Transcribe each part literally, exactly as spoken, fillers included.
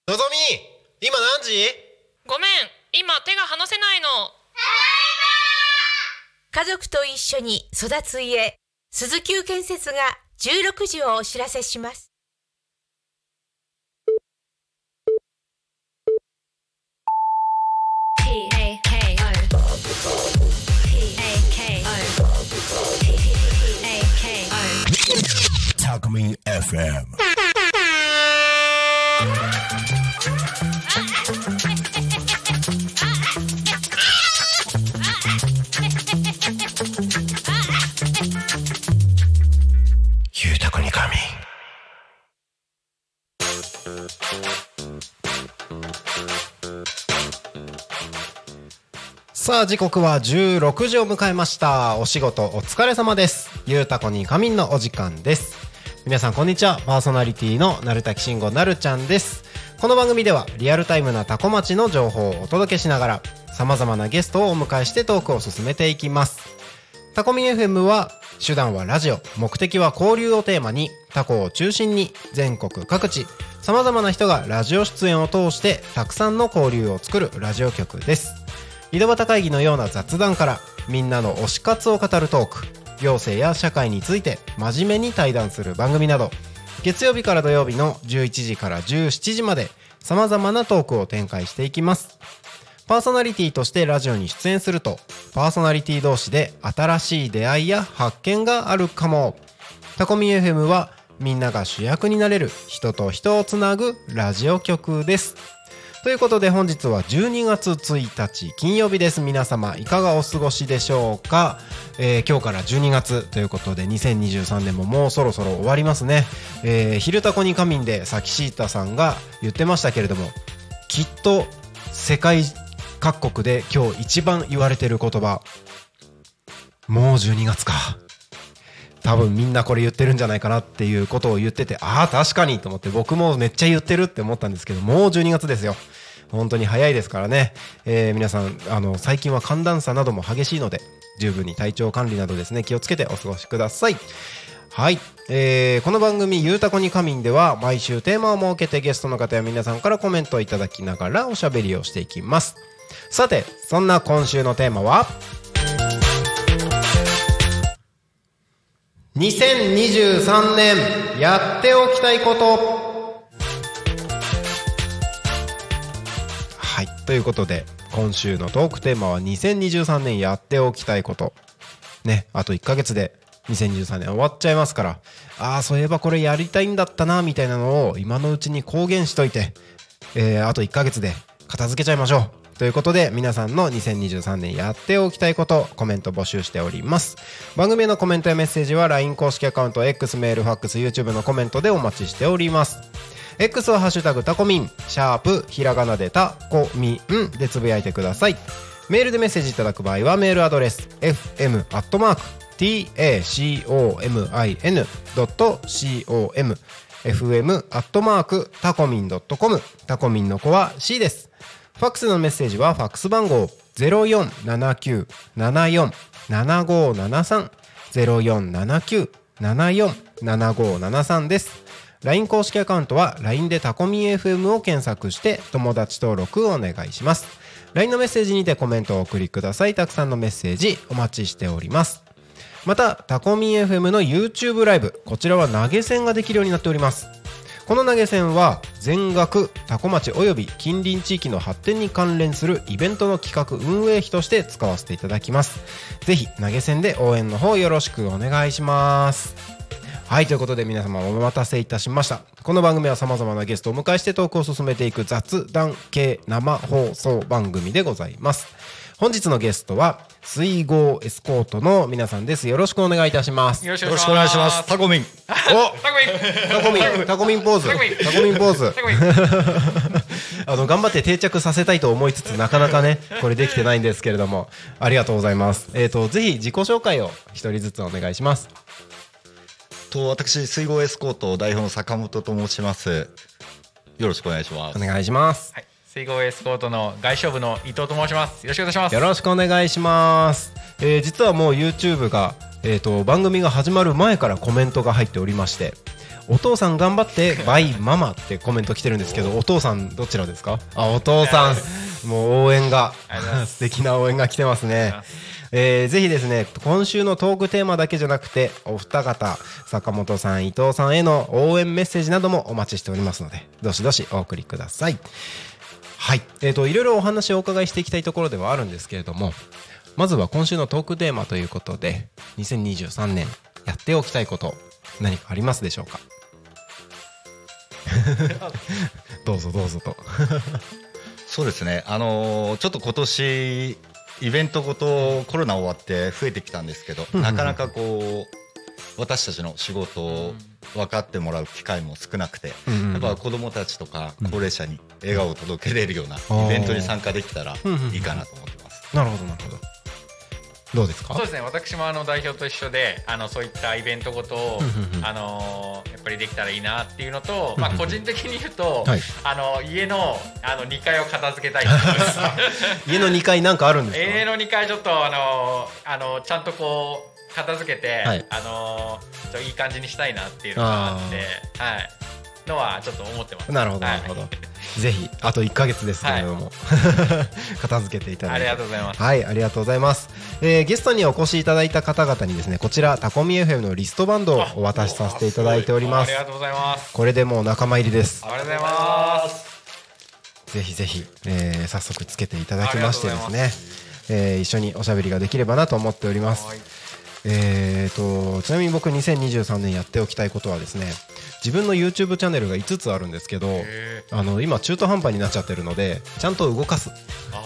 のぞみ、今何時？ ごめん、今手が離せないの。 家族と一緒に育つ家、鈴木建設がじゅうろくじをお知らせします。 タコミン エフエム。ゆうたこにかみ。 さあ時刻はじゅうろくじを迎えました。お仕事お疲れ様です。ゆうたこにかみんのお時間です。皆さんこんにちは。パーソナリティのなるたきしんごなるちゃんです。この番組ではリアルタイムなタコ町の情報をお届けしながら様々なゲストをお迎えしてトークを進めていきます。タコミン エフエム は手段はラジオ、目的は交流をテーマにタコを中心に全国各地様々な人がラジオ出演を通してたくさんの交流を作るラジオ局です。井戸端会議のような雑談からみんなの推し活を語るトーク、行政や社会について真面目に対談する番組など、月曜日から土曜日のじゅういちじからじゅうしちじまで様々なトークを展開していきます。パーソナリティとしてラジオに出演すると、パーソナリティ同士で新しい出会いや発見があるかも。タコミ エフエム はみんなが主役になれる人と人をつなぐラジオ局です。ということで本日はじゅうにがつついたち金曜日です。皆様いかがお過ごしでしょうか。えー、今日からじゅうにがつということでにせんにじゅうさんねんももうそろそろ終わりますね。えー、昼タコに仮眠でさきしーたさんが言ってましたけれども、きっと世界各国で今日一番言われてる言葉、もうじゅうにがつか、多分みんなこれ言ってるんじゃないかなっていうことを言ってて、ああ確かにと思って、僕もめっちゃ言ってるって思ったんですけど、もうじゅうにがつですよ。本当に早いですからね。えー、皆さんあの最近は寒暖差なども激しいので十分に体調管理などですね気をつけてお過ごしください。はい、えー、この番組ゆうたこにかみんでは毎週テーマを設けてゲストの方や皆さんからコメントをいただきながらおしゃべりをしていきます。さてそんな今週のテーマはにせんにじゅうさんねんやっておきたいこと。はい、ということで今週のトークテーマはにせんにじゅうさんねんやっておきたいことね。あといっかげつでにせんにじゅうさんねん終わっちゃいますから、ああそういえばこれやりたいんだったなみたいなのを今のうちに公言しといて、えー、あといっかげつで片付けちゃいましょうということで、皆さんのにせんにじゅうさんねんやっておきたいことコメント募集しております。番組へのコメントやメッセージは ライン 公式アカウント、 X、メール、ファックス、 YouTube のコメントでお待ちしております。 X はハッシュタグタコミン、シャープひらがなでタコミンでつぶやいてください。メールでメッセージいただく場合はメールアドレス エフエム アットマーク タコミン ドット コム エフエム アットマーク タコミン ドット コム、 タコミンの子は C です。ファックスのメッセージはファックス番号 ゼロよんななきゅうななよんななごななさん ゼロよんななきゅうななよんななごななさんです。 ライン 公式アカウントは ライン でタコミン エフエム を検索して友達登録をお願いします。 ライン のメッセージにてコメントをお送りください。たくさんのメッセージお待ちしております。またタコミン エフエム の YouTube ライブ、こちらは投げ銭ができるようになっております。この投げ銭は全額タコ町および近隣地域の発展に関連するイベントの企画運営費として使わせていただきます。ぜひ投げ銭で応援の方よろしくお願いします。はい、ということで皆様お待たせいたしました。この番組は様々なゲストをお迎えしてトークを進めていく雑談系生放送番組でございます。本日のゲストは水郷エスコートの皆さんです。よろしくお願いいたします。 よろしくお願いします。タコミン。 お、タコミン、タコミンポーズ。タコミンポーズ。あの頑張って定着させたいと思いつつなかなかねこれできてないんですけれども、ありがとうございます。えっとぜひ自己紹介を一人ずつお願いします。 と私水郷エスコート代表の坂本と申します。よろしくお願いします。 お願いします。 はい、水郷エスコートの外商部の伊藤と申します。よろしくお願いします。 よろしくお願いします。えー、実はもう YouTube が、えーと、番組が始まる前からコメントが入っておりまして、 お父さん頑張ってバイママってコメント来てるんですけど、お父さんどちらですか？あ、お父さん、もう応援が素敵な応援が来てますね。えー、ぜひですね、今週のトークテーマだけじゃなくて、お二方、坂本さん、伊藤さんへの応援メッセージなどもお待ちしておりますので、どしどしお送りください。はい、えーといろいろお話をお伺いしていきたいところではあるんですけれども、まずは今週のトークテーマということで、にせんにじゅうさんねんやっておきたいこと何かありますでしょうか？どうぞどうぞと。 そうですね、あのー、ちょっと今年イベントごとコロナ終わって増えてきたんですけど、なかなかこう私たちの仕事を分かってもらう機会も少なくて、やっぱ子どもたちとか高齢者に笑顔を届けれるようなイベントに参加できたらいいかなと思ってます。 なるほどなるほど。どうですか？ そうですね、私もあの代表と一緒で、あのそういったイベントごとをあのやっぱりできたらいいなっていうのと、まあ個人的に言うと、はい、あの家のあのにかいを片付けたいです。 家のにかいなんかあるんですか？ 家のにかいちょっとあのあのちゃんとこう片付けて、はい、あのちょっといい感じにしたいなっていうのがあって、はい、のはちょっと思ってます。 なるほどなるほど。はい、ぜひあといっかげつですけれども、はい、片付けていただいてありがとうございます。 はい、ありがとうございます。えー、ゲストにお越しいただいた方々にですね、こちらタコミ エフエム のリストバンドをお渡しさせていただいております。 ありがとうございます。 これでもう仲間入りです。 ありがとうございます。 ぜひぜひ、えー、早速つけていただきましてですね、えー、一緒におしゃべりができればなと思っております。えーとちなみに僕にせんにじゅうさんねんやっておきたいことはですね、自分の YouTube チャンネルがいつつあるんですけど、あの今中途半端になっちゃってるので、ちゃんと動かす。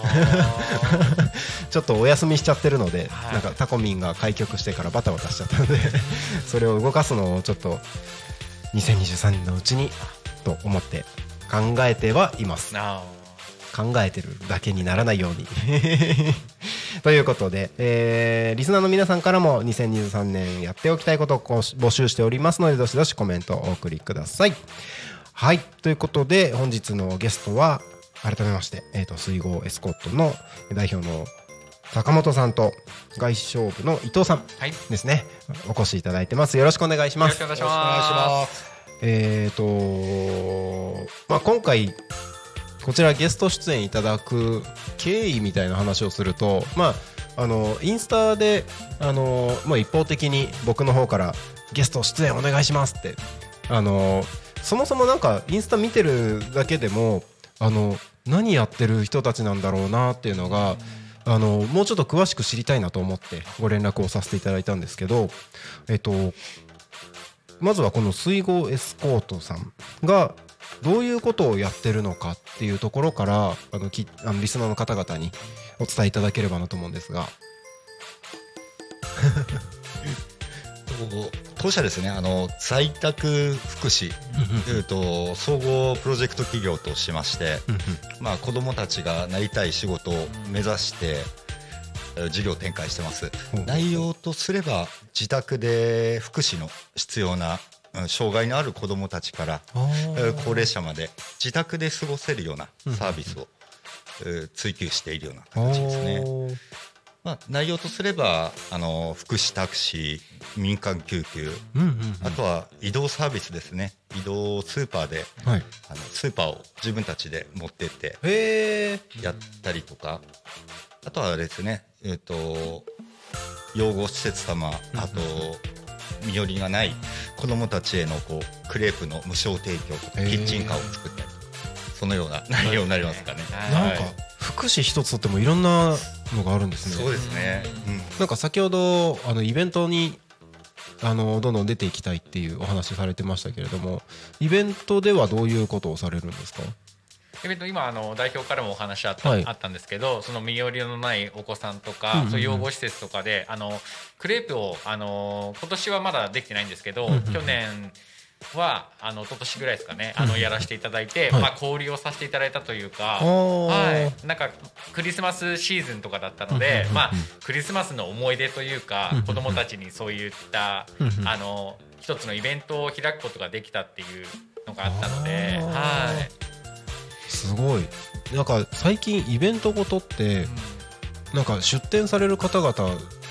ちょっとお休みしちゃってるので、はい、なんかタコミンが開局してからバタバタしちゃったのでそれを動かすのをちょっとにせんにじゅうさんねんのうちにと思って考えてはいます。考えてるだけにならないようにということで、えー、リスナーの皆さんからもにせんにじゅうさんねんやっておきたいことを募集しておりますので、どしどしコメントをお送りください。はい、ということで本日のゲストは改めまして、えーと水郷エスコートの代表の坂本さんと外商部の伊藤さんですね、はい、お越しいただいてます。よろしくお願いします。 よろしくお願いします。 えーとまあ今回こちらゲスト出演いただく経緯みたいな話をすると、まあ、あのインスタであの、まあ、一方的に僕の方からゲスト出演お願いしますってあのそもそもなんかインスタ見てるだけでもあの何やってる人たちなんだろうなっていうのがあのもうちょっと詳しく知りたいなと思ってご連絡をさせていただいたんですけど、えっと、まずはこの水郷エスコートさんがどういうことをやってるのかっていうところからあのきあのリスナーの方々にお伝えいただければなと思うんですが当社ですね、あの在宅福祉というと総合プロジェクト企業としましてまあ子どもたちがなりたい仕事を目指して事業を展開してます。内容とすれば自宅で福祉の必要な障害のある子どもたちから高齢者まで自宅で過ごせるようなサービスを追求しているような形ですね。まあ、内容とすればあの福祉タクシー、民間救急、うんうんうん、あとは移動サービスですね。移動スーパーで、はい、あのスーパーを自分たちで持ってってやったりとか、あとはですね、えーと、養護施設様、あと身寄りがない子どもたちへのこうクレープの無償提供とかキッチンカーを作ったりとか、そのような内容になりますかね。 なんか福祉一つとってもいろんなのがあるんですね。 そうですね、うん、 なんか先ほどあのイベントにあのどんどん出ていきたいっていうお話されてましたけれども、イベントではどういうことをされるんですか？ イベント今あの代表からもお話あった、はい、あったんですけど、その身寄りのないお子さんとか、うんうんうん、そういう養護施設とかであのクレープをあの今年はまだできてないんですけど、うんうん、去年はあの一昨年ぐらいですかね、あのやらせていただいて、はい、まあ、交流をさせていただいたというか、はい、なんかクリスマスシーズンとかだったので、まあ、クリスマスの思い出というか、子どもたちにそういったあの一つのイベントを開くことができたっていうのがあったので、はい、 すごい。なんか最近イベントごとって、うん、なんか出店される方々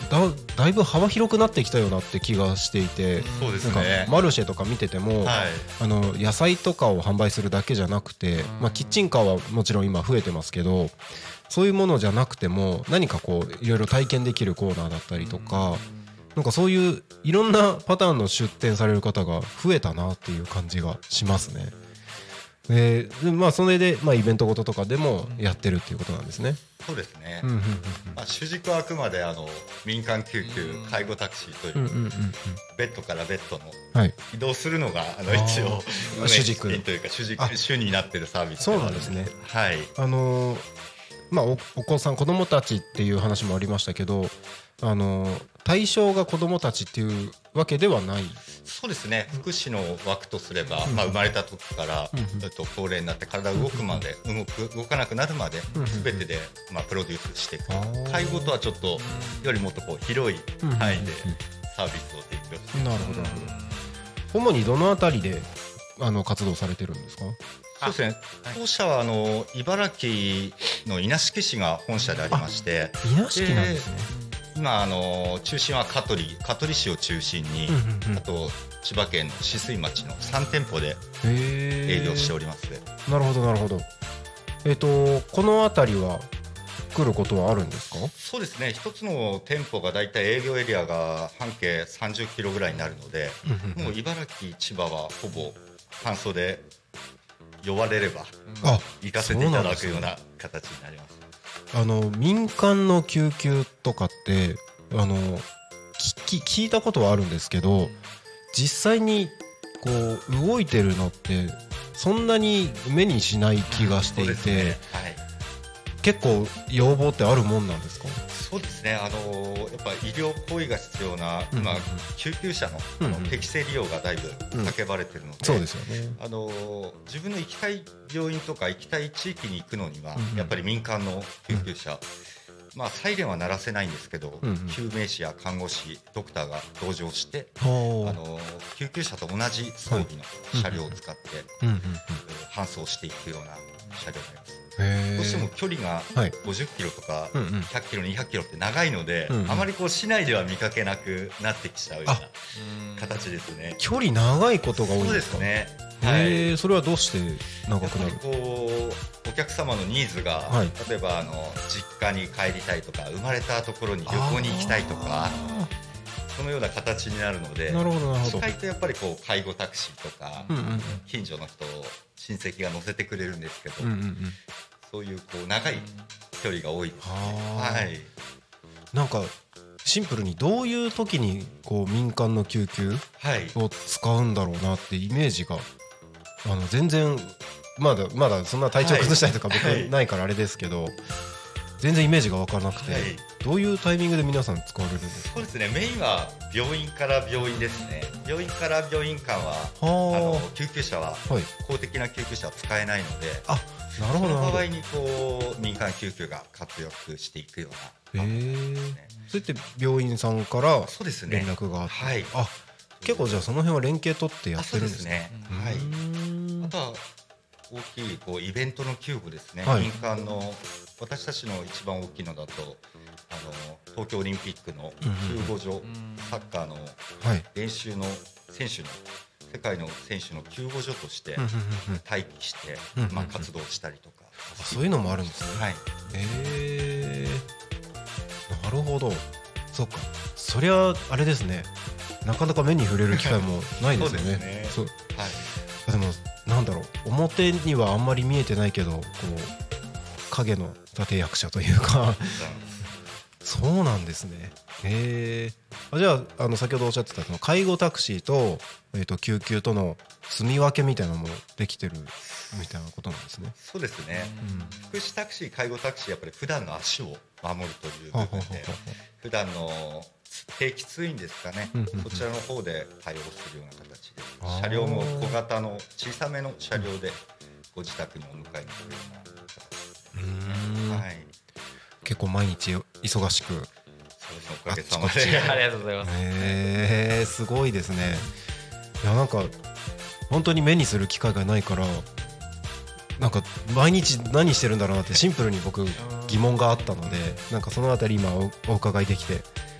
だ, だいぶ幅広くなってきたよなって気がしていて、 そうですね、 なんかマルシェとか見てても、 はい、 あの野菜とかを販売するだけじゃなくて、まあ、キッチンカーはもちろん今増えてますけど、そういうものじゃなくても何かこういろいろ体験できるコーナーだったりとか、なんかそういういろんなパターンの出店される方が増えたなっていう感じがしますね。で, でまあそれで、まあ、イベントごととかでもやってるっていうことなんですね。 そうですね、 うんうんうん、 まあ、主軸はあくまであの民間救急介護タクシーという、うんうんうんうん、ベッドからベッドの移動するのが、はい、あの一応主軸というか主軸主になっているサービス。 そうなんですね。 はい、 あのーまあ、お, お子さん子どもたちっていう話もありましたけど、あのー、対象が子どもたちっていうわけではない。 そうですね、福祉の枠とすれば、うんまあ、生まれた時から、うん、と高齢になって体が動くまで、うん、動く動かなくなるまで、うん、全てで、まあ、プロデュースしていく。介護とはちょっとよりもっとこう広い範囲でサービスを提供している。 なるほどなるほど。主にどのあたりであの活動されてるんですか？ そうですね、当社はあの茨城の稲敷市が本社でありまして、 稲敷なんですね。 今あの中心は香取香取市を中心に、うんうんうん、あと千葉県の酒々井町のさん店舗で営業しております。 なるほどなるほど。えっとこの辺りは来ることはあるんですか？ そうですね、一つの店舗がだいたい営業エリアが半径さんじゅっキロぐらいになるので、うんうん、もう茨城千葉はほぼ半袖で呼ばれれば行かせていただくような形になります。 あの民間の救急とかってあの聞, 聞いたことはあるんですけど、実際にこう動いてるのってそんなに目にしない気がしていて、ね、はい、結構要望ってあるもんなんですか？ そうですね、あのやっぱ医療行為が必要な、うんうん、今救急車 の,、うんうん、あの適正利用がだいぶ叫ばれているので、うん、そうですよね、あの自分の行きたい病院とか行きたい地域に行くのには、うんうん、やっぱり民間の救急車、うん、まあ、サイレンは鳴らせないんですけど、うんうん、救命士や看護師ドクターが同乗して、あの救急車と同じ装備の車両を使って、はい、うんうんうん、搬送していくような車両になります。どうしても距離がごじゅっキロとかひゃっキロにひゃっキロって長いので、うんうん、あまりこう市内では見かけなくなってきちゃうような形ですね。 距離長いことが多いんですか？ そうですね、 はい、それはどうして長くなる？ こうお客様のニーズが、はい、例えばあの実家に帰りたいとか生まれたところに旅行に行きたいとか、そのような形になるので、 なるほどなるほど。 近いとやっぱりこう介護タクシーとか、うんうんうん、近所の人親戚が乗せてくれるんですけど、うんうんうん、そういうこう長い距離が多いですね。はい、 なんかシンプルにどういう時にこう民間の救急を使うんだろうなってイメージが、あの全然まだまだそんな体調崩したりとか僕ないからあれですけど、全然イメージが分からなくて、はい、どういうタイミングで皆さん使われるんですか？ そうですね、メインは病院から病院ですね。病院から病院間はあの救急車は、はい、公的な救急車は使えないので、あ、 なるほど、 その場合にこう民間救急が活躍していくような、ね、へー、 それって病院さんから連絡があって、 はい、 あ、結構じゃあその辺は連携取ってやってるんですね。 はい、あとは大きいこうイベントの救護ですね、はい、民間の私たちの一番大きいのだとあの東京オリンピックの救護所、うんうん、サッカーの練習の選手の、世界の選手の救護所として待機して、うんうん、まあ、活動したりとか、 そういうのもあるんですね。はい、へー、なるほど。そっか、そりゃあれですね、なかなか目に触れる機会もないですよね。そうですね。そう、はい、でもなんだろう、表にはあんまり見えてないけど、こう影の立役者というかそうなんですね。へー。じゃあ、あの先ほどおっしゃってたその介護タクシーと、えーと救急との住み分けみたいなのもできてるみたいなことなんですね。 そうですね、うん、福祉タクシー、介護タクシー、やっぱり普段の足を守るという部分で、普段の定期通院ですかね、そちらの方で対応するような形で、車両も小型の小さめの車両でご自宅にお迎えに来るような形ですね。うーん、はい、 結構毎日忙しく。 そうですね、おかげさまでありがとうございます。 へー、すごいですね。いや、なんか本当に目にする機会がないから、なんか毎日何してるんだろうなってシンプルに僕疑問があったので、なんかそのあたり今 お, お伺いできて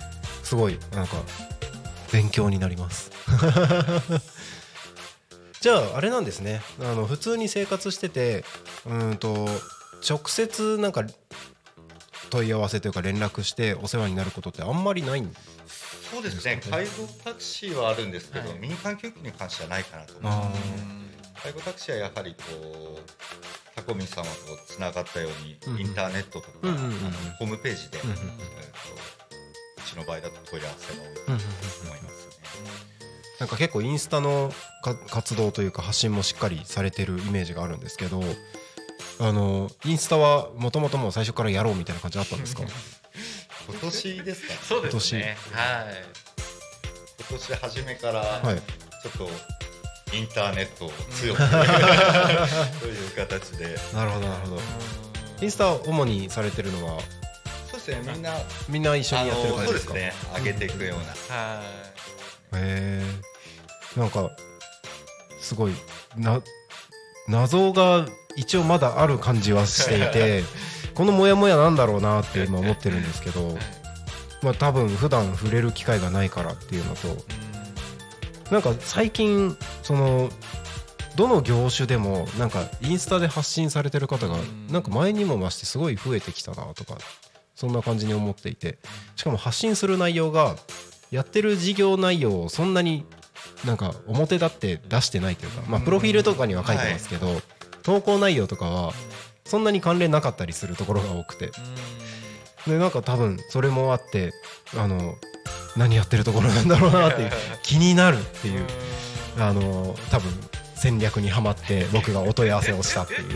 すごいなんか勉強になりますじゃああれなんですね、あの普通に生活しててうんと直接なんか問い合わせというか連絡してお世話になることってあんまりないんですか？ そうですね、介護タクシーはあるんですけど、はい、民間救急に関してはないかなと思います。介護タクシーはやはりこうタコミン様とつながったように、うん、インターネットとか、うんうんうん、あのホームページで、うんうんうん、えー、とうちの場合だと問い合わせが多いと思いますね、うんうん、 なんか結構インスタの活動というか発信もしっかりされてるイメージがあるんですけど、あのインスタはもともともう最初からやろうみたいな感じあったんですか？ 今年ですか？ そうですね、はい、 今年初めからちょっとインターネットを強くという形でなるほどなるほど。インスタを主にされてるのはそうですね、みんなみんな一緒にやってる感じですか？ そうですね、上げていくような、うん、 はい、へー、なんかすごいな謎が一応まだある感じはしていてこのモヤモヤなんだろうなって今思ってるんですけど、まあ多分普段触れる機会がないからっていうのと、なんか最近そのどの業種でもなんかインスタで発信されてる方がなんか前にも増してすごい増えてきたなとか、そんな感じに思っていて、しかも発信する内容がやってる事業内容をそんなになんか表立って出してないというか、まあプロフィールとかには書いてますけど、投稿内容とかはそんなに関連なかったりするところが多くて、でなんか多分それもあってあの何やってるところなんだろうなっていう気になるっていうあの多分戦略にはまって僕がお問い合わせをしたっていう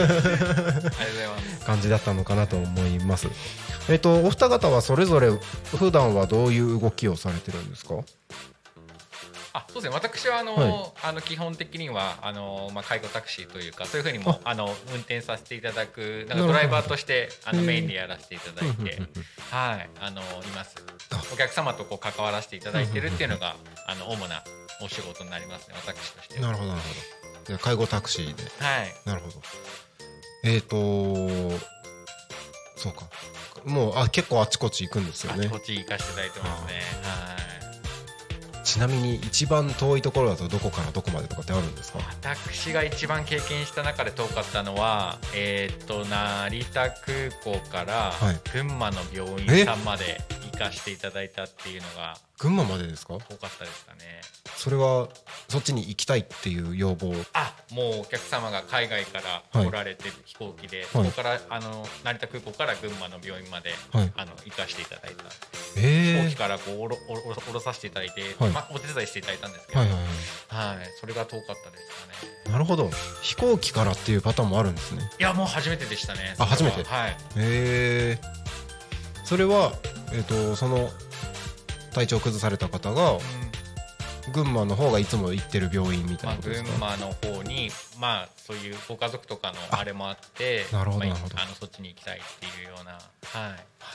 感じだったのかなと思います。えっとお二方はそれぞれ普段はどういう動きをされてるんですか？ あ、そうですね、私はあの、はい、あの基本的にはあの、まあ、介護タクシーというかそういうふうにもあの運転させていただくなんかドライバーとしてあのメインでやらせていただいて、はい、あのいます。お客様とこう関わらせていただいてるっていうのがあの主なお仕事になりますね、私としては。 なるほどなるほど。じゃあ介護タクシーで、 はい、 なるほど。えっとそうか、もうあ結構あちこち行くんですよね。 あちこち行かせていただいてますね。はい。 ちなみに一番遠いところだとどこからどこまでとかってあるんですか？ 私が一番経験した中で遠かったのは、えー、っと成田空港から群馬の病院さんまで行かせていただいたっていうのが群馬までですか？ 遠かったですかね。 それはそっちに行きたいっていう要望？ あ、もうお客様が海外から来られてる飛行機で、はい、そこからあの成田空港から群馬の病院まで、はい、あの行かせていただいた。飛行機からこうおろおろおろさせていただいて、はい、まあ、お手伝いしていただいたんですけど、はいはいはい、はい、それが遠かったですかね。 なるほど、飛行機からっていうパターンもあるんですね。 いやもう初めてでしたね。 あ、初めて。 はい。 へえ。それはえっとその体調崩された方が、うん、群馬の方がいつも行ってる病院みたいなことですか？ まあ、群馬の方にまあそういうご家族とかのあれもあって、 なるほどなるほど、 まあ、あのそっちに行きたいっていうような、はい。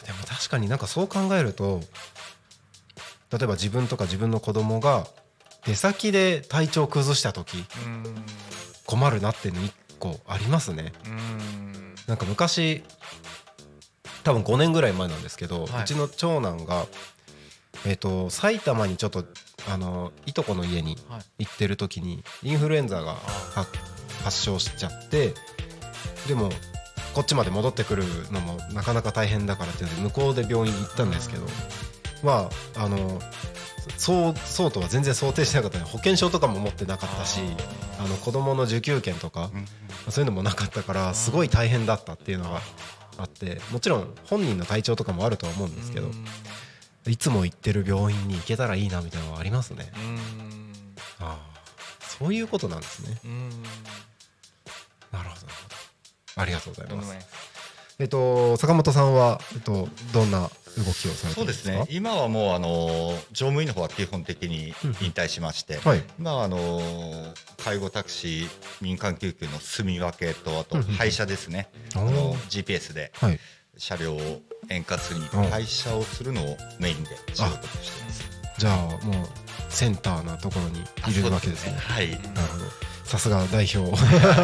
でも確かになんかそう考えると、例えば自分とか自分の子供が出先で体調崩した時困るなっていうの一個ありますね。うん、なんか昔多分ごねんぐらい前なんですけど、はい、うちの長男がえーと埼玉にちょっとあのいとこの家に行ってる時にインフルエンザが発症しちゃって、でもこっちまで戻ってくるのもなかなか大変だからっていうので向こうで病院行ったんですけど、まああのそうそうとは全然想定してなかったね。保険証とかも持ってなかったし、あの子供の受給券とかそういうのもなかったからすごい大変だったっていうのがあって、もちろん本人の体調とかもあるとは思うんですけど、いつも行ってる病院に行けたらいいなみたいなのはありますね。うん、ああ、そういうことなんですね。うん、なるほど、ありがとうございます。えっと坂本さんは、えっと、どんな動きをされてるんですか？そうですね、 今はもうあの乗務員の方は基本的に引退しまして、うん、はい、今はあの介護タクシー民間救急の住み分けとあと配車ですね、うんうん、あの ジーピーエス で車両を円滑に配車をするのをメインで仕事としています。 じゃあもうセンターなところにいるわけですね。 はい、なるほど、さすが代表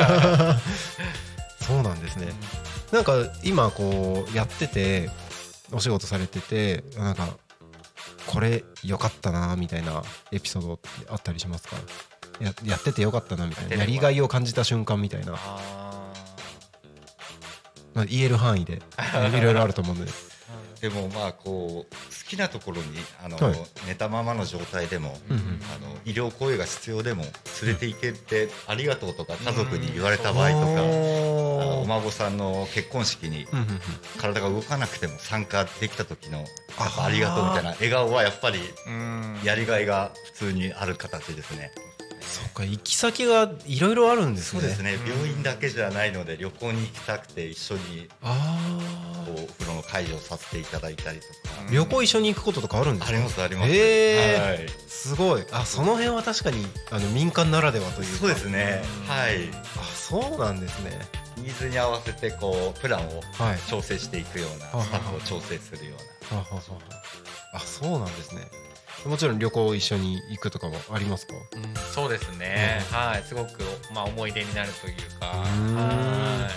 そうなんですね。なんか今こうやっててお仕事されてて、なんかこれ良かったなみたいなエピソードってあったりしますか？ や, やってて良かったなみたいな、やりがいを感じた瞬間みたいな、 あまあ、言える範囲でいろいろあると思うのででもまあこう好きなところにあの、 はい、 寝たままの状態でも、 うんうん、 あの医療行為が必要でも連れて行けてありがとうとか家族に言われた場合とか、あのお孫さんの結婚式に体が動かなくても参加できた時のやっぱありがとうみたいな笑顔はやっぱりやりがいが普通にある形ですね。 そうか、行き先がいろいろあるんですね。 そうですね、病院だけじゃないので旅行に行きたくて一緒にあこうお風呂の介助をさせていただいたりとか。 旅行一緒に行くこととかあるんですか？ ありますあります。 えーはい、 すごい。あ、その辺は確かにあの民間ならではというか。 そうですね、はい。 あ、そうなんですね。 ニーズに合わせてこうプランをはい調整していくような、スタッフを調整するような。 はははあ、そうなんですね。もちろん旅行一緒に行くとかもありますか？ うん、そうですね、うん、はい、すごく、まあ、思い出になるというか、 うーん、 はい、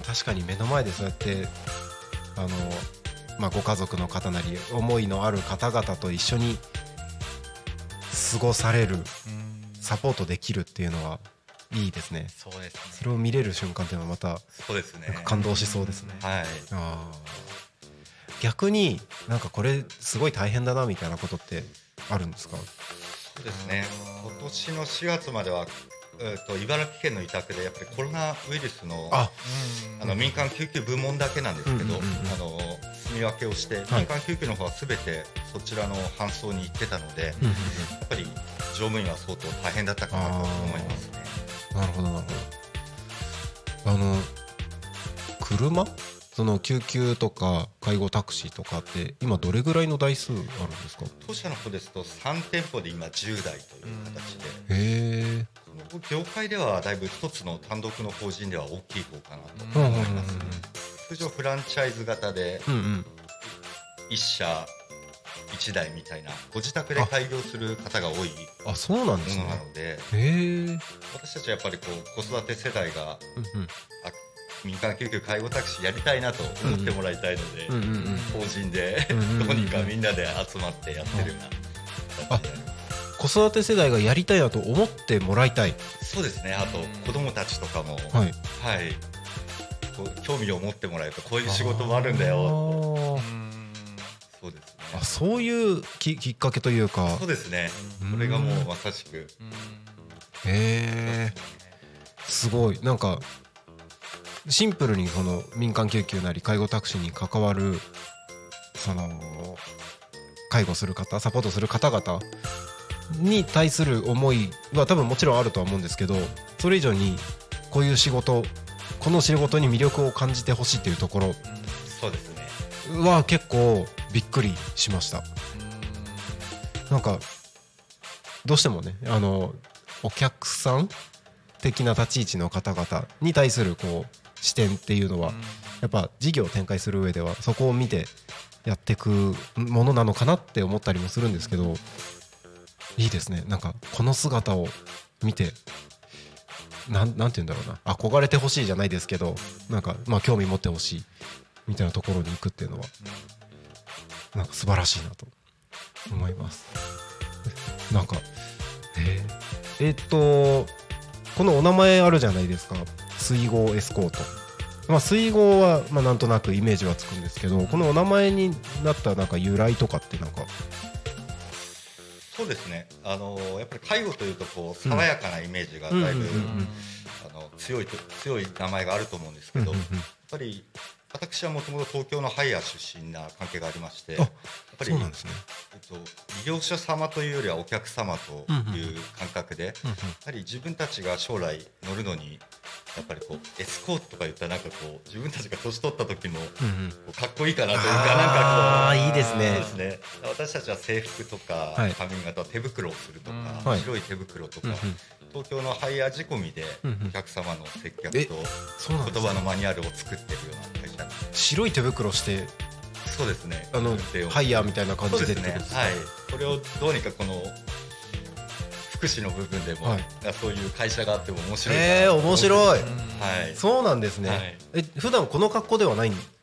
確かに目の前でそうやってあの、まあ、ご家族の方なり思いのある方々と一緒に過ごされる、サポートできるっていうのはいいですね。 そうですね。 それを見れる瞬間っていうのはまたそうですね、 なんか感動しそうですね。 はい。 あ、逆になんかこれすごい大変だなみたいなことってあるんですか？ そうですね、今年のしがつまでは、えー、と茨城県の委託でやっぱりコロナウイルスの ああの民間救急部門だけなんですけど、うんうんうんうん、あの住み分けをして、はい、民間救急の方は全てそちらの搬送に行ってたので、うんうんうん、やっぱり乗務員は相当大変だったかなと思いますね。 なるほどなるほど。あの車その救急とか介護タクシーとかって今どれぐらいの台数あるんですか？ 当社の方ですとさん店舗で今じゅうだいという形で、 へー、 この業界ではだいぶ一つの単独の法人では大きい方かなと思います、ね、通常フランチャイズ型でいっ社いちだいみたいなご自宅で開業する方が多いものあそうなんですね。 なので、 へー、 私たちはやっぱりこう子育て世代が、 うんうん、あ民間救急介護タクシーやりたいなと思ってもらいたいので、うんうんうん、法人で、うんうんうん、どうにかみんなで集まってやってるような形で、 子育て世代がやりたいなと思ってもらいたい。 そうですね。あと子どもたちとかも、はいはい、こう興味を持ってもらえるとこういう仕事もあるんだよ。そうですね。 あ、そういう き, きっかけというか。 そうですね。それがもうまさしく。へえ、すごい。なんかシンプルにその民間救急なり介護タクシーに関わるその介護する方、サポートする方々に対する思いは多分もちろんあるとは思うんですけど、それ以上にこういう仕事、この仕事に魅力を感じてほしいっていうところ、うん、 そうですね、 は結構びっくりしました。なんかどうしてもね、あのお客さん的な立ち位置の方々に対するこう視点っていうのはやっぱ事業を展開する上ではそこを見てやっていくものなのかなって思ったりもするんですけど、いいですね。なんかこの姿を見てなん、なんて言うんだろうな、憧れてほしいじゃないですけど、なんかまあ興味持ってほしいみたいなところに行くっていうのはなんか素晴らしいなと思います。なんかえー、えー、っとこのお名前あるじゃないですか、水郷エスコート。まあ、水郷はまあなんとなくイメージはつくんですけど、このお名前になったなんか由来とかってなんか。 そうですね、あのやっぱり介護というとこう爽やかなイメージがだいぶ強い強い名前があると思うんですけど、やっぱり私はもともと東京のハイヤー出身な関係がありまして、やっぱり、ね、えっと、利用者様というよりはお客様という感覚で、やはり自分たちが将来乗るのにやっぱりこうエスコートとか言ったらなんかこう自分たちが年取った時もこうかっこいいかなというか、なんかこう、 あーいいですね。 そうですね、私たちは制服とか髪型、手袋をするとか、はい、白い手袋とか、うんうん、東京のハイヤー仕込みでお客様の接客と言葉のマニュアルを作ってるような会社なんです。 白い手袋して、 そうですね、 あのハイヤーみたいな感じでってことですか？ はい、これをどうにかこの福祉の部分でも、はい、そういう会社があっても面白い。 えー、面白い、はい、 はい、 そうなんですね、はい、え普段この格好ではないん？ あ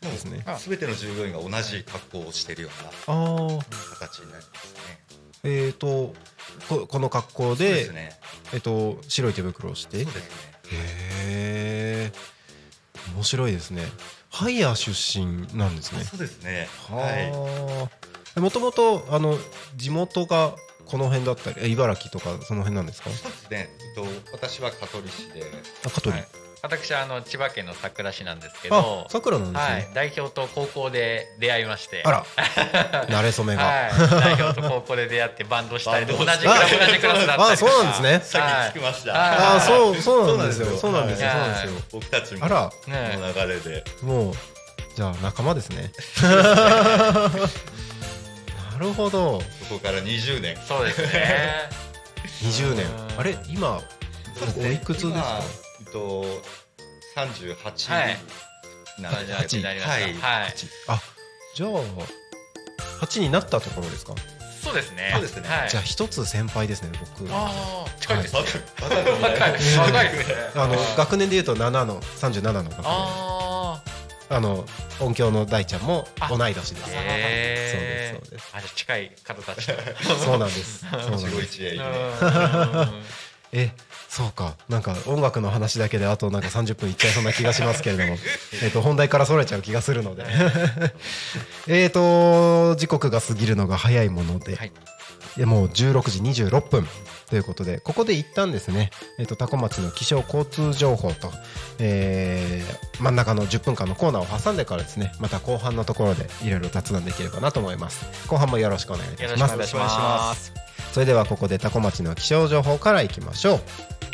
ですね。 すべての従業員が同じ格好をしているようなああ、 形になりますね。 えっとここの格好そうでですね。 えっと白い手袋をして。 そうですね。 へえ、面白いですね。ハイヤー出身なんですね。 そうですね。ははあ。もともとあの地元がこの辺だったり、え茨城とかその辺なんですか？ い。そうですね。えっと私は香取市で、 あ、香取。 はい私はあの千葉県の佐倉市なんですけどあ、、さくらなんですはいね。、 代表と高校で出会いまして、 あら、慣れ初めが。 はい、代表と高校で出会ってバンドしたりで同じクラ同じクラスだったりとか。 あ、そうなんですね。 さっき聞きました。 はいあ、そうそうなんですよ。そそううなんんですすなでよ。 よそうなんですよ。 僕たちもあら、 この流れで、 もうじゃあ仲間ですね。なるほど。 そこからにじゅうねん。 そうですね。 にじゅうねん。 うんあれ今おいくつですか？ 今えっとさんじゅうはちはいなんですけどになりました。 はい。 はい。 あ、じゃあはちになったところですか？ そうですね。 そうですねはい。 じゃあ一つ先輩ですね、僕。 ああ、近いですね。 若い若い若いですね。若いですね。 あの学年でいうとななのさんじゅうななの学年。 ああ。 あの音響の大ちゃんもあ同い年です。 へーそうですそうです。 あ、じゃあ近い方たちと。 そうなんです。そうなん一期です。 一会いいね。 え、そうか。なんか音楽の話だけであとなんかさんじゅっぷんいっちゃいそうな気がしますけれども、えっと本題からそれちゃう気がするので、えっと時刻が過ぎるのが早いもので、 はいいやもうじゅうろくじにじゅうろっぷんということで、ここで一旦ですね、えっと多古町の気象交通情報と、えー真ん中のじゅっぷんかんのコーナーを挟んでからですね、また後半のところでいろいろ雑談できればなと思います。後半もよろしくお願いいたよします。 ろしくお願いします。 それではここで多古町の気象情報からいきましょう。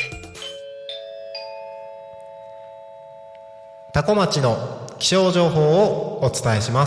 多古町の気象情報をお伝えします。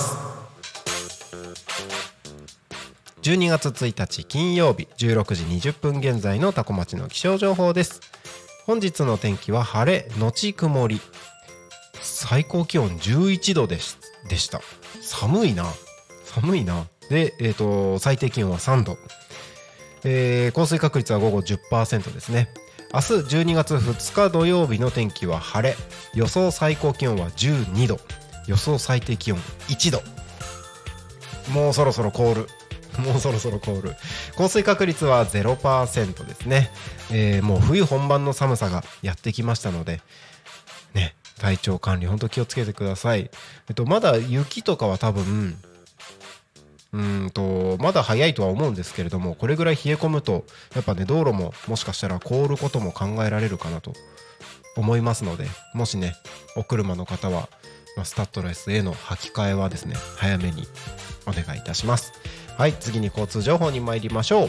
じゅうにがつついたち金曜日じゅうろくじにじゅっぷん現在の多古町の気象情報です。本日の天気は晴れのち曇り、最高気温じゅういちどでしでした。寒いな寒いなで、えーと最低気温はさんど、えー降水確率は午後 じゅっパーセント ですね。明日じゅうにがつふつか土曜日の天気は晴れ、予想最高気温はじゅうにど、予想最低気温いちど。もうそろそろ凍るもうそろそろ凍る。降水確率は ゼロパーセント ですね。えーもう冬本番の寒さがやってきましたのでね、体調管理本当気をつけてください。えっとまだ雪とかは多分うーんとまだ早いとは思うんですけれども、これぐらい冷え込むとやっぱね道路ももしかしたら凍ることも考えられるかなと思いますので、もしねお車の方は、まあ、スタッドレスへの履き替えはですね早めにお願いいたします。はい、次に交通情報に参りましょう。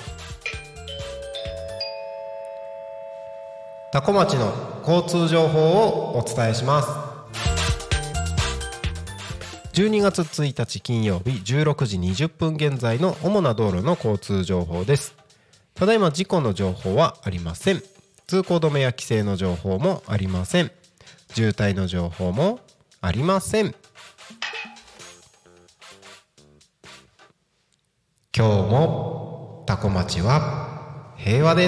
多古町の交通情報をお伝えします。じゅうにがつついたち金曜日じゅうろくじにじゅっぷん現在の主な道路の交通情報です。ただいま事故の情報はありません。通行止めや規制の情報もありません。渋滞の情報もありません。今日も多古町は平和です。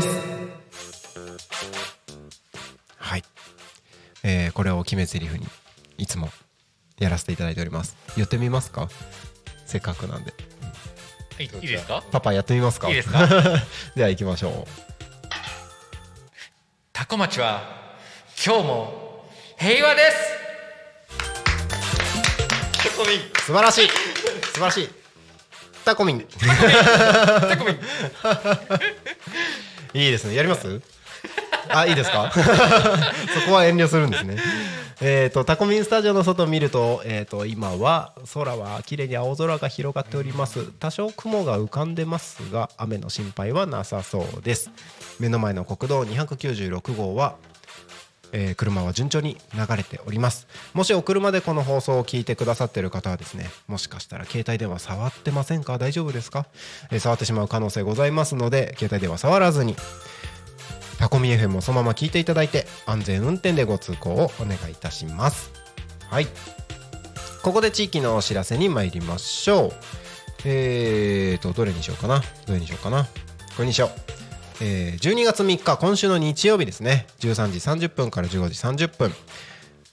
はい、えー、これを決め台詞にいつもやらせていただいております。言ってみますか、せっかくなんで。 いいいですか？ パパやってみますか？ いいですか？ では行きましょう。 多古町は今日も平和です。 素晴らしい素晴らしい。タコミンタコミンいいですね。やります？あ、いいですか？そこは遠慮するんですね。えっとタコミンスタジオの外を見ると、えっと今は空は綺麗に青空が広がっております。多少雲が浮かんでますが雨の心配はなさそうです。目の前の国道にひゃくきゅうじゅうろくごうは、えー車は順調に流れております。もしお車でこの放送を聞いてくださっている方はですね、もしかしたら携帯電話触ってませんか？大丈夫ですか？えー触ってしまう可能性ございますので、携帯電話触らずにタコミ エフエム をそのまま聞いていただいて安全運転でご通行をお願いいたします。はい、ここで地域のお知らせに参りましょう。えーとどれにしようかなどれにしようかなこれにしよう。えー、じゅうにがつみっか今週の日曜日ですね、じゅうさんじさんじゅっぷんからじゅうごじさんじゅっぷん、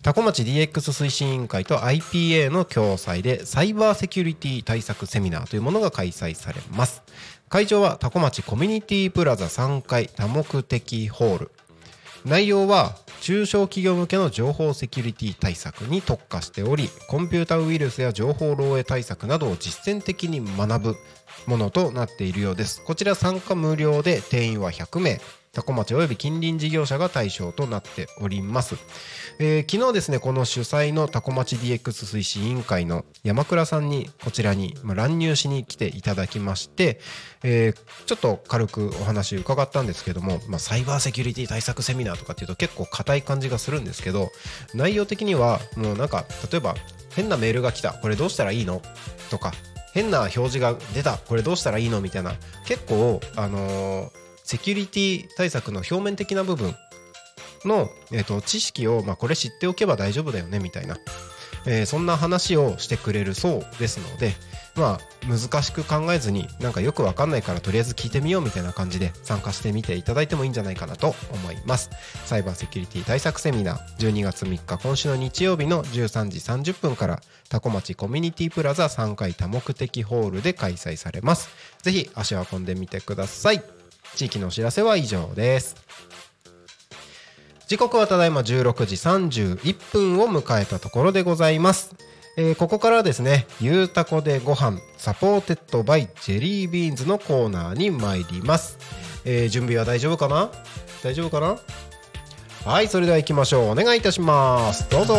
多古町 ディーエックス 推進委員会と アイピーエー の共催でサイバーセキュリティ対策セミナーというものが開催されます。会場は多古町コミュニティプラザさんかい多目的ホール。内容は中小企業向けの情報セキュリティ対策に特化しており、コンピュータウイルスや情報漏洩対策などを実践的に学ぶものとなっているようです。こちら参加無料で定員はひゃくめい、多古町および近隣事業者が対象となっております。えー、昨日ですね、この主催の多古町 ディーエックス 推進委員会の山倉さんにこちらに、まあ、乱入しに来ていただきまして、えー、ちょっと軽くお話伺ったんですけども、まあ、サイバーセキュリティ対策セミナーとかっていうと結構硬い感じがするんですけど、内容的にはもうなんか例えば変なメールが来た、これどうしたらいいのとか、変な表示が出た、これどうしたらいいのみたいな、結構あのー、セキュリティ対策の表面的な部分の、えー、と知識を、まあ、これ知っておけば大丈夫だよねみたいな、えー、そんな話をしてくれるそうですので、まあ難しく考えずに、なんかよくわかんないからとりあえず聞いてみようみたいな感じで参加してみていただいてもいいんじゃないかなと思います。サイバーセキュリティ対策セミナーじゅうにがつみっか、今週の日曜日のじゅうさんじさんじゅっぷんから多古町コミュニティプラザさんかい多目的ホールで開催されます。ぜひ足を運んでみてください。地域のお知らせは以上です。時刻はただいまじゅうろくじさんじゅういっぷんを迎えたところでございます。えー、ここからはですね、ゆうたこでご飯サポーテッドバイジェリービーンズのコーナーに参ります。えー、準備は大丈夫かな大丈夫かなはい、それでは行きましょう。お願いいたします。どうぞ。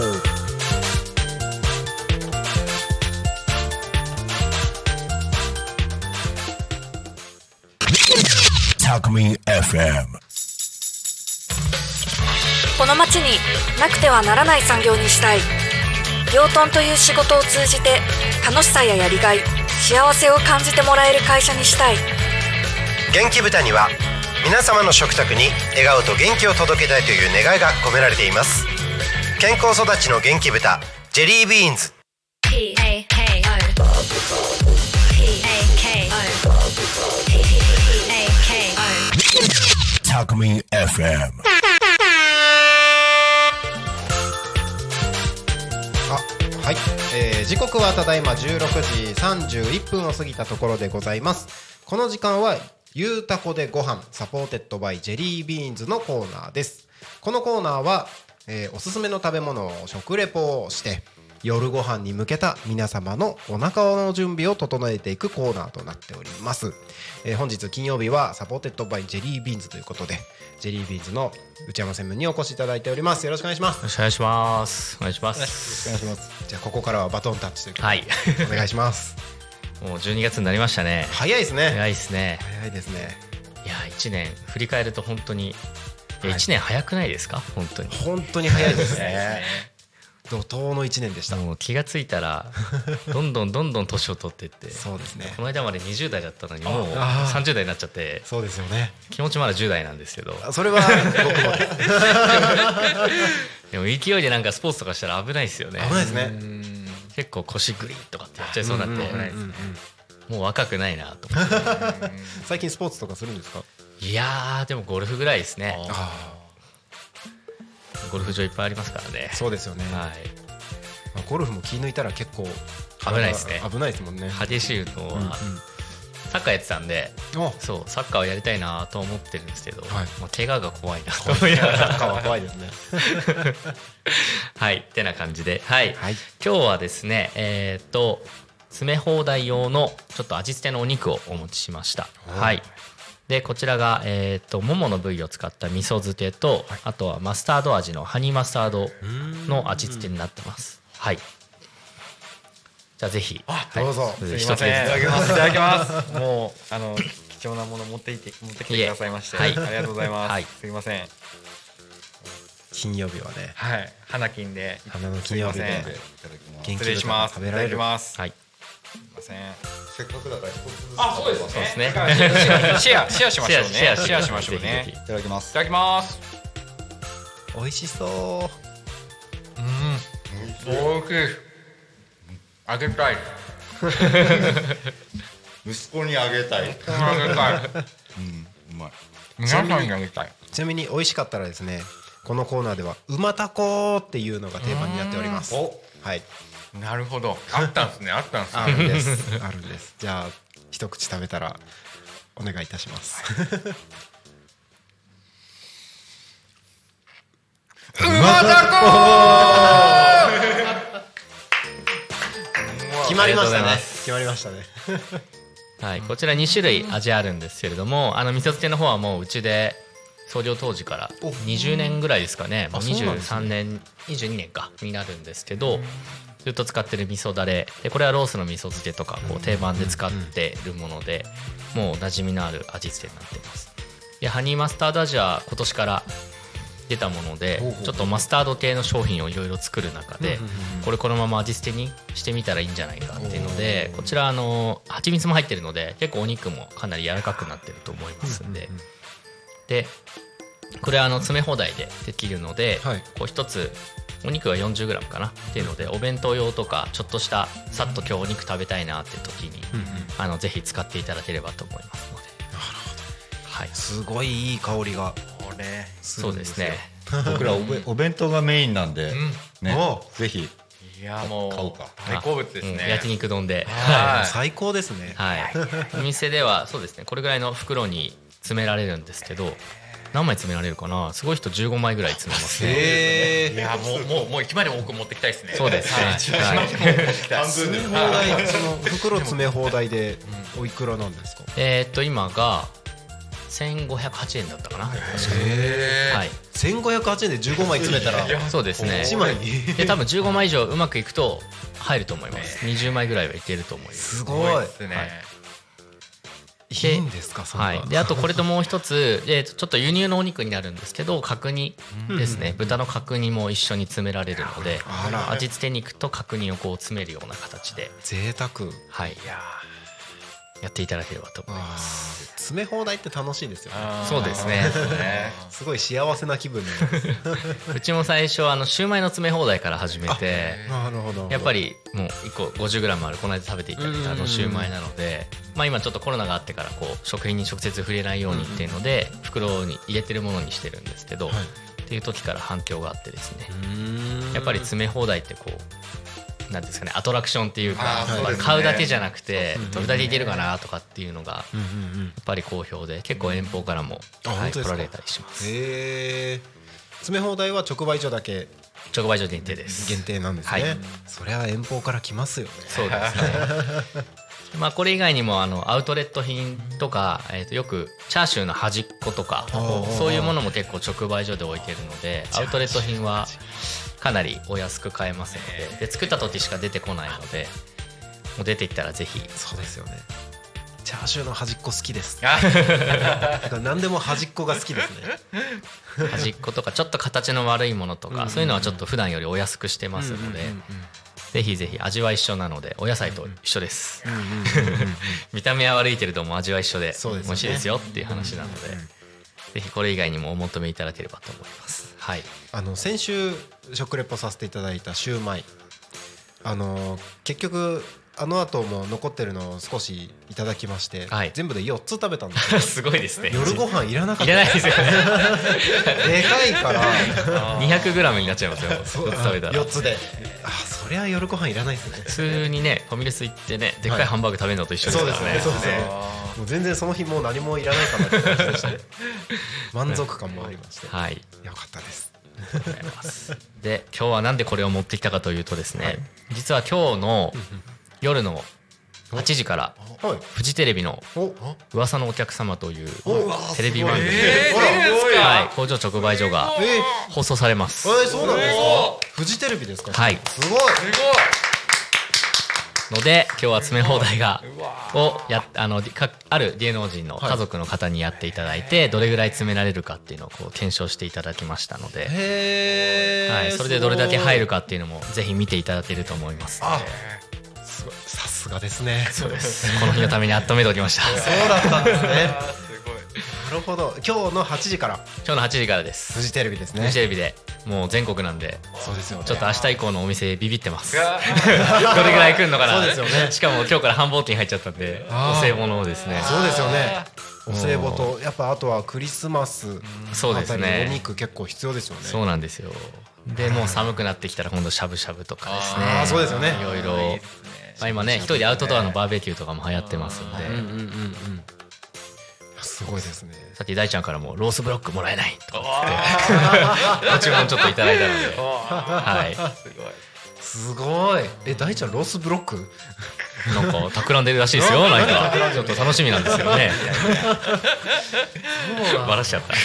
タコミン エフエム。 この町になくてはならない産業にしたい。養豚という仕事を通じて楽しさややりがい、幸せを感じてもらえる会社にしたい。 元気豚には皆様の食卓に笑顔と元気を届けたいという願いが込められています。健康育ちの元気豚ジェリービーンズ。 タコミン エフエム。 はい、えー、時刻はただいまじゅうろくじさんじゅういっぷんを過ぎたところでございます。この時間はゆうたこでご飯サポーテッドバイジェリービーンズのコーナーです。このコーナーは、えー、おすすめの食べ物を食レポをして夜ご飯に向けた皆様のお腹の準備を整えていくコーナーとなっております。えー、本日金曜日はサポーテッドバイジェリービーンズということで、ジェリービーンズの内山専務にお越しいただいております。よろしくお願いします。 よろしくお願いします。お願いします。 お願いします。じゃあここからはバトンタッチということで、はい、お願いします。 もうじゅうにがつになりましたね。 早いですね。 早いですね。 早いですね。 いやいちねん振り返ると本当に、はい、いちねん早くないですか？本当に本当に早いですね。怒涛のいちねんでした。 もう気がついたらどんどんどんどん年を取っていってそうですね。 この間までにじゅうだいだったのにもうさんじゅうだいになっちゃって。 そうですよね。 気持ちまだじゅうだいなんですけど、 それは僕もでも勢いでなんかスポーツとかしたら危ないですよね。 危ないですね。 結構腰グリッとかってやっちゃいそうになって、もう若くないなと思って最近スポーツとかするんですか？ いやーでもゴルフぐらいですね。あゴルフ場いっぱいありますからね。 そうですよね。はい。まあ、ゴルフも気抜いたら結構危ないですね。 危ないですもんね。 激しい運動は、うんうん、サッカーやってたんで、そうサッカーをやりたいなと思ってるんですけど、はい、まあ、怪我が怖いなと思いながらサッカーは怖いですね。 はいってな感じで、はい。はい、今日はですね、えっ、ー、と詰め放題用のちょっと味付けのお肉をお持ちしました。はい。でこちらが、えー、とももの部位を使った味噌漬けと、はい、あとはマスタード味のハニーマスタードの味付けになってます。はい。じゃあぜひ、 あ、どうぞ。 すみません。いただきます。いただきます。もうあの貴重なもの持っていて持ってきてくださいまして、はい、ありがとうございます。はい、すみません。 金曜日はね。 はい。花金で。 花の金曜日で。 失礼します。食べられます。 はい。 すみません。 せっかくだから一つずつ。 あ、そうですね。 そうですね。 シェアシェアしましょうね。シェアシェアしましょうね。 いただきます。 いただきます。 美味しそう。 うん。おいしい。あげたい。 息子にあげたい。 息子にあげたい。 うん、うまい。 皆さんにあげたい。 ちなみに美味しかったらですね、 このコーナーでは馬タコっていうのが定番になっております。はい、 なるほど。あったんですね。あったんですね。 あるんですあるんです。じゃあ一口食べたらお願いいたします。 馬タコ決まりましたねありがとうございます。 決まりましたね。 はい、こちらに種類味あるんですけれども、あの味噌漬けの方はもううちで創業当時からにじゅうねんぐらいですかね、もうにじゅうさんねんにじゅうにねんかになるんですけど、ずっと使ってる味噌だれで、これはロースの味噌漬けとかこう定番で使ってるもので、もう馴染みのある味付けになっています。でハニーマスタード味は今年から出たもので、ちょっとマスタード系の商品をいろいろ作る中で、これこのまま味付けにしてみたらいいんじゃないかっていうので、こちらあの蜂蜜も入ってるので結構お肉もかなり柔らかくなってると思いますんで、でこれはあの詰め放題でできるので、こう一つお肉が よんじゅうグラム かなっていうので、お弁当用とかちょっとしたさっと今日お肉食べたいなって時に、あのぜひ使っていただければと思いますので。 なるほど、 はい、 すごいいい香りが。 これそうですね。 僕らおべお弁当がメインなんで、ね、ぜひいやもう買おうか。 大好物ですね。 うん焼肉丼で、 はい最高ですね。 はい、お店ではそうですね、これぐらいの袋に詰められるんですけど、何枚詰められるかな、すごい人じゅうごまいぐらい詰めますね。 へいやもうもうもういちまいでも多く持ってきたいですね。 そうですね、 はいはい詰め放題、その袋詰め放題でおいくらなんですか？ えーっと今がせんごひゃくはちえんだったかな。 へー、 はい、 せんごひゃくはちえんでじゅうごまい詰めたらそうですね、 いちまいで多分じゅうごまい以上うまくいくと入ると思います。にじゅうまいぐらいはいけると思います。 すごいですね。 はいいいんですかそんな。 はい、であとこれともう一つでちょっと輸入のお肉になるんですけど、角煮ですね、豚の角煮も一緒に詰められるので、 あら味付け肉と角煮をこう詰めるような形で、 贅沢。 はい、やっていただければと思いまあす。 ー詰め放題って楽しいですよね。 そうですね。 すごい幸せな気分になります。 うちも最初あのシューマイの詰め放題から始めて、 なるほど。 やっぱりもういっこ ごじゅうグラム あるこの間食べていただいたあのシューマイなので、まあ今ちょっとコロナがあってからこう食品に直接触れないようにっていうので袋に入れてるものにしてるんですけど、っていう時から反響があってですね、やっぱり詰め放題ってこうなんですかね、アトラクションっていうか、まあ買うだけじゃなくてどれだけいけるかなとかっていうのがやっぱり好評で、結構遠方からもはい来られたりします。 へえ。詰め放題は直売所だけ直売所限定です。 限定なんですね。 はいそれは遠方から来ますよね。 そうですね。まあこれ以外にもあのアウトレット品とか、えーとよくチャーシューの端っことかそういうものも結構直売所で置いてるので、アウトレット品はかなりお安く買えますので、で作った時しか出てこないので、もう出てきたらぜひ。 そうですよね。チャーシューの端っこ好きです。だから何でも端っこが好きですね。 端っことかちょっと形の悪いものとか、そういうのはちょっと普段よりお安くしてますので、ぜひぜひ味は一緒なので、お野菜と一緒です。見た目は悪いけれども味は一緒で美味しいですよっていう話なので、ぜひこれ以外にもお求めいただければと思います。はい。 あの先週食レポさせていただいたシューマイ、あの結局あの後も残ってるのを少しいただきまして、はい、全部でよっつ食べたんですよ。 すごいですね。 夜ご飯いらなかった。 いらないですよね。 でかいからにひゃくグラム になっちゃいますよ。よっつ食べたらよっつで、あ、そりゃ夜ご飯いらないですね。 普通にねファミレス行ってね、でっかいハンバーグ食べるのと一緒ですからね。 そうですね。もう全然その日もう何もいらないかなって感じでしたね。満足感もありまして、 はい、 よかったです。 ありがとうございます。で今日はなんでこれを持ってきたかというとですね、はい、実は今日の夜のはちじからフジテレビの噂のお客様というテレビ番組で、はい、工場直売所が放送されます。 えー、そうなんですか。フジテレビですか。 はい、 すごいので今日は詰め放題がをやあのかある芸能人の家族の方にやっていただいて、はい、どれぐらい詰められるかっていうのをこう検証していただきましたので、 へー、 はい、それでどれだけ入るかっていうのもぜひ見ていただけると思いますので。 すごい、さすがですね。 そうです。この日のために温めておきました。 そうだったんですね。なるほど。今日のはちじから。 今日のはちじからです。 フジテレビですね。 フジテレビでもう全国なんで。 そうですよね。 ちょっと明日以降のお店ビビってます。どれぐらい来るのかな。 そうですよね。 しかも今日から繁忙期に入っちゃったんで、お歳暮のですね。 そうですよね。 お歳暮とやっぱあとはクリスマスそうですね、 お肉結構必要ですよね。 そうなんですよ。でもう寒くなってきたら今度しゃぶしゃぶとかですね。 あそうですよね。 いろいろ、まあ、今ね一人でアウトドアのバーベキューとかも流行ってますんで、うんうんうんうん、 すごいですね。 さっき大ちゃんからもロースブロックもらえないとかってご注文ちょっといただいたのではい、 すごい。え大ちゃんロースブロックなんか企んでるらしいですよ。なんかちょっと楽しみなんですよね。バラしちゃった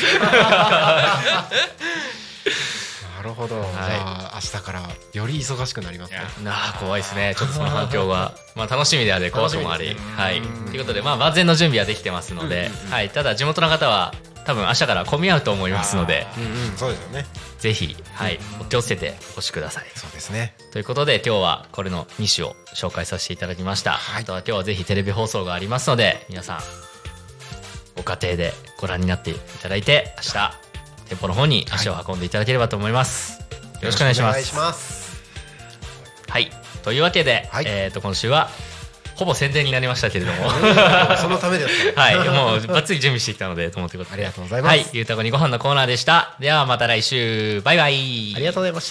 なるほど、はい、じゃあ明日からより忙しくなりますね。 ああ怖いですね。ちょっとその反響はまあ楽しみであれ怖くもあり、はい、ということでまあ万全の準備はできてますので、うんうん、はい、ただ地元の方は多分明日から混み合うと思いますので、 うんうん、そうですよね。 ぜひ、はい、お気をつけてお越しください。 そうですね。 ということで今日はこれのに種を紹介させていただきました、はい、あとは今日はぜひテレビ放送がありますので皆さんご家庭でご覧になっていただいて明日店舗の方に足を運んでいただければと思います、はい、よろしくお願いします。 お願いします。 はい、というわけで、はい、えー、と今週はほぼ宣伝になりましたけれどもそのためですか。 はい、もうバッツリ準備してきたのでと思ってことでありがとうございます。 はい、ゆうたこにご飯のコーナーでした。ではまた来週、バイバイ。 ありがとうございました。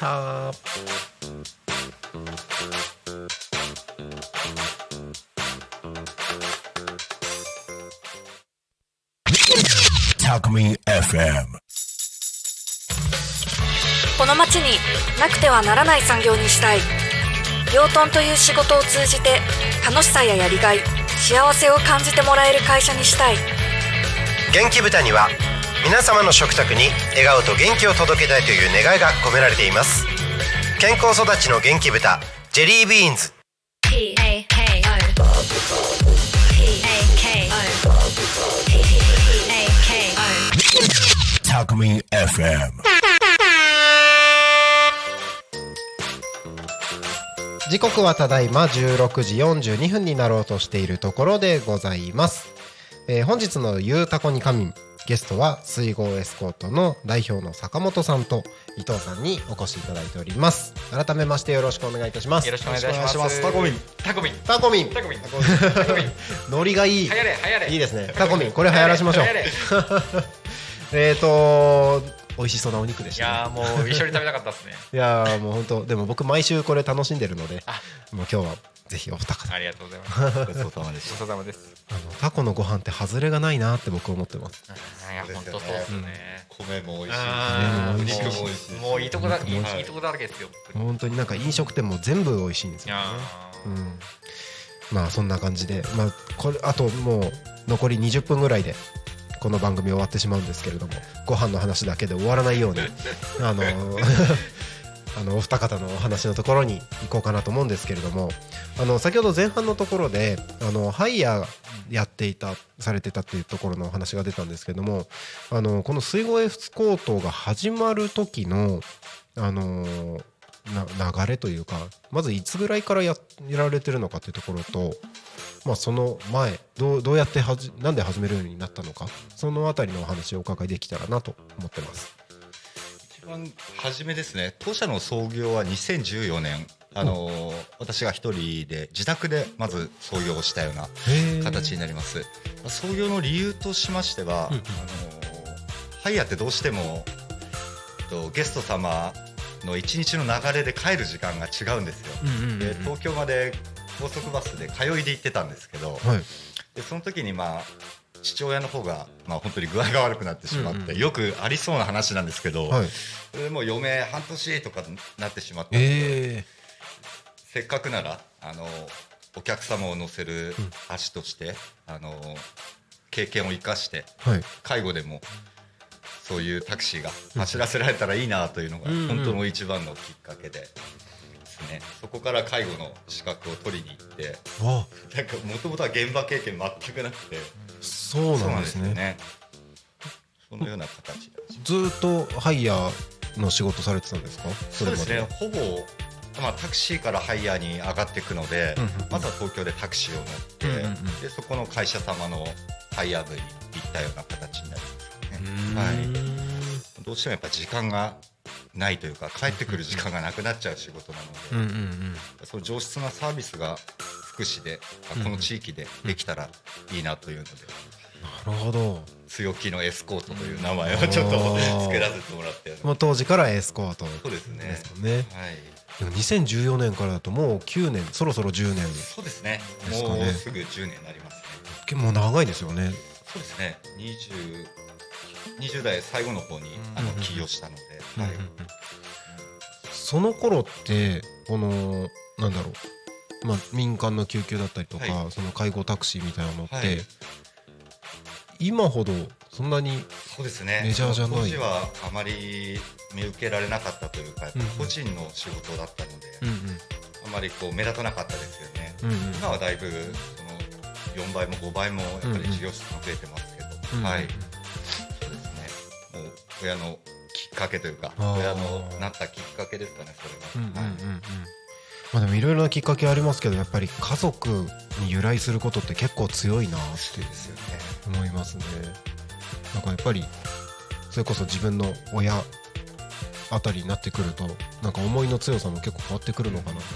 タクミン エフエム。 この町になくてはならない産業にしたい。養豚という仕事を通じて楽しさややりがい、幸せを感じてもらえる会社にしたい。 元気豚には皆様の食卓に笑顔と元気を届けたいという願いが込められています。健康育ちの元気豚ジェリービーンズ。 タクミン エフエム。 時刻はただいまじゅうろくじよんじゅうにふんになろうとしているところでございます、えー、本日のゆうたこに仮眠ゲストは水郷エスコートの代表の坂本さんと伊藤さんにお越しいただいております。改めましてよろしくお願いいたします。 よろしくお願いします。 タコミンタコミンタコミンタコミンタコミンノリがいい。 はやれはやれ。 いいですね。タコミンこれ流行らしましょう。えーと美味しそうなお肉でした、ね、 いやもう一緒に食べたかったですね。 いやもう本当でも僕毎週これ楽しんでるのでもう今日はぜひお二方ありがとうございますごちそうさまです。 ごちそうさまです。 あのタコのご飯って外れがないなって僕思ってます。 いや本当そうですね。 米も美味しいし、肉も美味しい。 もういいとこだいいとこだらけですよ。 本当になんか飲食店も全部美味しいんですよね。うん、まあそんな感じで、まあこれあともう残りにじゅっぷんぐらいでこの番組終わってしまうんですけれども、ご飯の話だけで終わらないようにあのあのお二方のお話のところに行こうかなと思うんですけれども、あの先ほど前半のところであのハイヤーやっていたされてたっていうところのお話が出たんですけれども、あのこの水郷エスコートが始まる時のあのな流れというか、まずいつぐらいからやられてるのかっていうところと、まあ、その前どう、どうやってはじなんで始めるようになったのか、そのあたりのお話をお伺いできたらなと思ってます。 一番初めですね、当社の創業はにせんじゅうよねん、あのー、私が一人で自宅でまず創業したような形になります。創業の理由としましては、うんうん、あのー、ハイヤーってどうしてもとゲスト様の一日の流れで帰る時間が違うんですよ、うんうんうんうん、で東京まで高速バスで通いで行ってたんですけど、はい、でその時にまあ父親の方がまあ本当に具合が悪くなってしまって、うんうん、よくありそうな話なんですけど、はい、それでもう余命半年とかなってしまったので、えー、せっかくならあのお客様を乗せる足として、うん、あの経験を生かして、はい、介護でもそういうタクシーが走らせられたらいいなというのが本当の一番のきっかけでですね、そこから介護の資格を取りに行って、なんかもともとは現場経験全くなくて、 そうなんですね。 そうなんですよね。そのような形でずっとハイヤーの仕事されてたんですか？ そうですね、ほぼ、まあ、タクシーからハイヤーに上がっていくので、うんうんうん、まずは東京でタクシーを乗って、うんうんうん、でそこの会社様のハイヤー部に行ったような形になりますね。はい、どうしてもやっぱ時間がないというか帰ってくる時間がなくなっちゃう仕事なので、うんうんうん、その上質なサービスが福祉で、うん、この地域でできたらいいなというのでなるほど。 強気のエスコートという名前をちょっと付けらせてもらって、 もう当時からエスコートそうですね。 ですもんね。 はい。 でもにせんじゅうよねんからだともうきゅうねん、そろそろじゅうねん。 そうですね。 ですかね。 もうすぐじゅうねんになりますね。 もう長いですよね。 そうですね。にじゅう、にじゅう代最後の方にあの起業したので、はい。 その頃ってこのなんだろう、まあ民間の救急だったりとか、 はい、 その介護タクシーみたいなのって、はい、今ほどそんなにそうですね。 メジャーじゃない。 当時はあまり見受けられなかったというか、やっぱ個人の仕事だったので、うんうん、あまりこう目立たなかったですよね。うんうん、今はだいぶそのよんばいもごばいもやっぱり事業者も増えてますけど、うんうん、はい、そうですね。もう親のきっかけというか、親のなったきっかけですかね、それが。はい。 まあでもいろいろなきっかけありますけど、やっぱり家族に由来することって結構強いなって思いますね。なんかやっぱりそれこそ自分の親あたりになってくると、なんか思いの強さも結構変わってくるのかなって、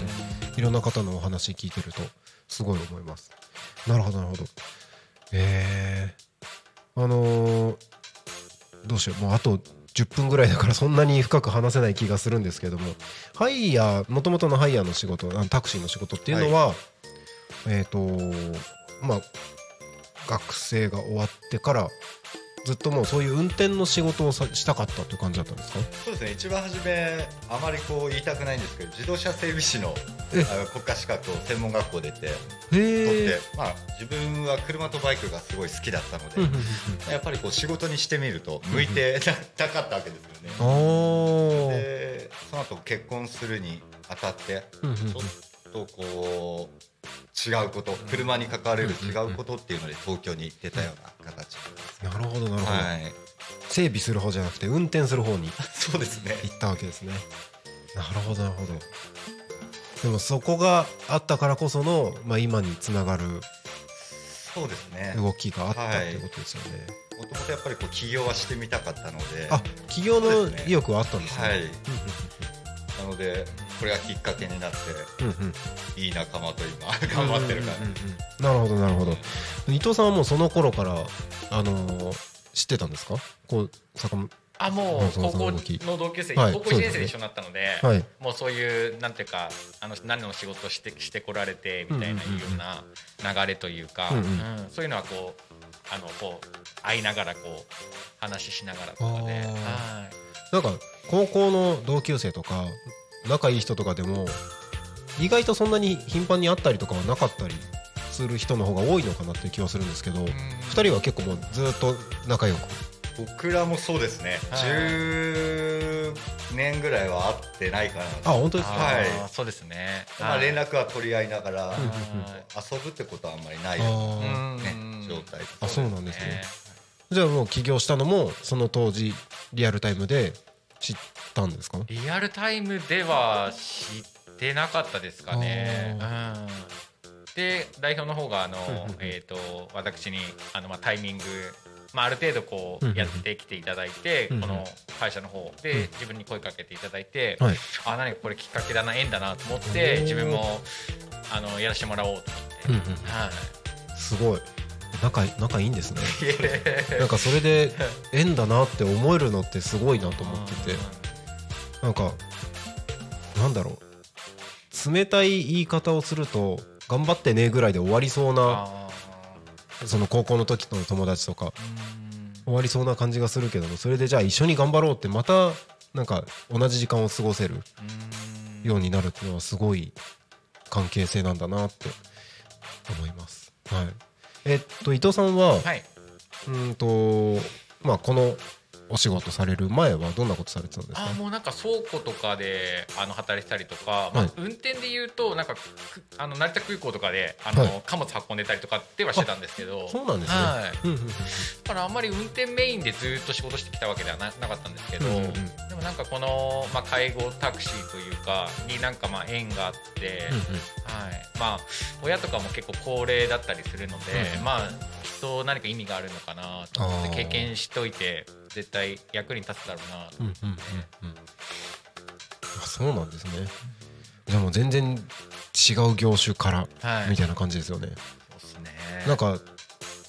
いろんな方のお話聞いてるとすごい思います。なるほどなるほど。えー、あのー、どうしよう、もうあとじゅっぷんぐらいだからそんなに深く話せない気がするんですけども、ハイヤー、もともとのハイヤーの仕事、あのタクシーの仕事っていうのは、はい、えっとまあ学生が終わってからずっともうそういう運転の仕事をさしたかったという感じだったんですか？ そうですね。一番初めあまりこう言いたくないんですけど、自動車整備士のあの国家資格を専門学校出て取って、まあ自分は車とバイクがすごい好きだったので、やっぱりこう仕事にしてみると向いてなかったわけですよね。で、その後結婚するにあたってちょっとこう違うこと、車に関われる違うことっていうので東京に出たような形。 なるほどなるほど、はい、整備する方じゃなくて運転する方にそうですね、 行ったわけですね。なるほどなるほど。でもそこがあったからこその、まあ、今につながるそうですね動きがあったってことですよね。 もともとやっぱりこう起業はしてみたかったので。 あ、起業の意欲はあったんですね。 はい。なのでこれがきっかけになって、うんうん、いい仲間と今頑張ってるから、うんうんうん、なるほどなるほど。伊藤さんはもうその頃からあのー、知ってたんですか？こう坂本あもう高校の同級生、はい、高校いちねん生で一緒になったので、はい、もうそういうなんていうかあの何の仕事をしてしてこられてみたいないうような流れというか、うんうんうん、そういうのはこうあのこう会いながらこう話しながらとかで、はい、 なんか高校の同級生とか仲いい人とかでも意外とそんなに頻繁に会ったりとかはなかったりする人の方が多いのかなっていう気はするんですけど、ふたりは結構もうずっと仲良く。 僕らもそうですね、じゅうねんぐらいは会ってないかな。 あ、本当ですか？ はい、 そうですね。 まあ連絡は取り合いながら遊ぶってことはあんまりないような、ね、状態です。 あ、そうなんですね。じゃあもう起業したのもその当時リアルタイムで知ったんですか？ リアルタイムでは知ってなかったですかね。うん、で代表の方があの、えー、と私にあの、まあ、タイミング、まあ、ある程度こうやってきていただいて、この会社の方で自分に声かけていただいて、はい、あ何かこれきっかけだな、縁だなと思って自分もあのやらせてもらおうと思って、はい、 すごい仲, 仲いいんですねなんかそれで縁だなって思えるのってすごいなと思ってて、なんかなんだろう、冷たい言い方をすると頑張ってねぐらいで終わりそうな、その高校の時の友達とか終わりそうな感じがするけども、それでじゃあ一緒に頑張ろうってまたなんか同じ時間を過ごせるようになるっていうのはすごい関係性なんだなって思います。はい。えっと伊藤さんは、はい、うんとまあこのお仕事される前はどんなことされてたんですか？ あもうなんか倉庫とかであの働いてたりとか、まあ、運転でいうとなんかあの成田空港とかであの、はい、貨物運んでたりとかってはしてたんですけど、 そうなんですね。はい、 だからあんまり運転メインでずっと仕事してきたわけでは な, なかったんですけど、うんうんうん、でもなんかこの、まあ、介護タクシーというかになんかまあ縁があって、うんうん、はいまあ、親とかも結構高齢だったりするので、うんうん、まあきっと何か意味があるのかなと思って経験しといて絶対役に立つだろうなと思って、うんうんうんうん、 あそうなんですね。じゃあもう全然違う業種から、はい、みたいな感じですよね。 そうですね。 なんか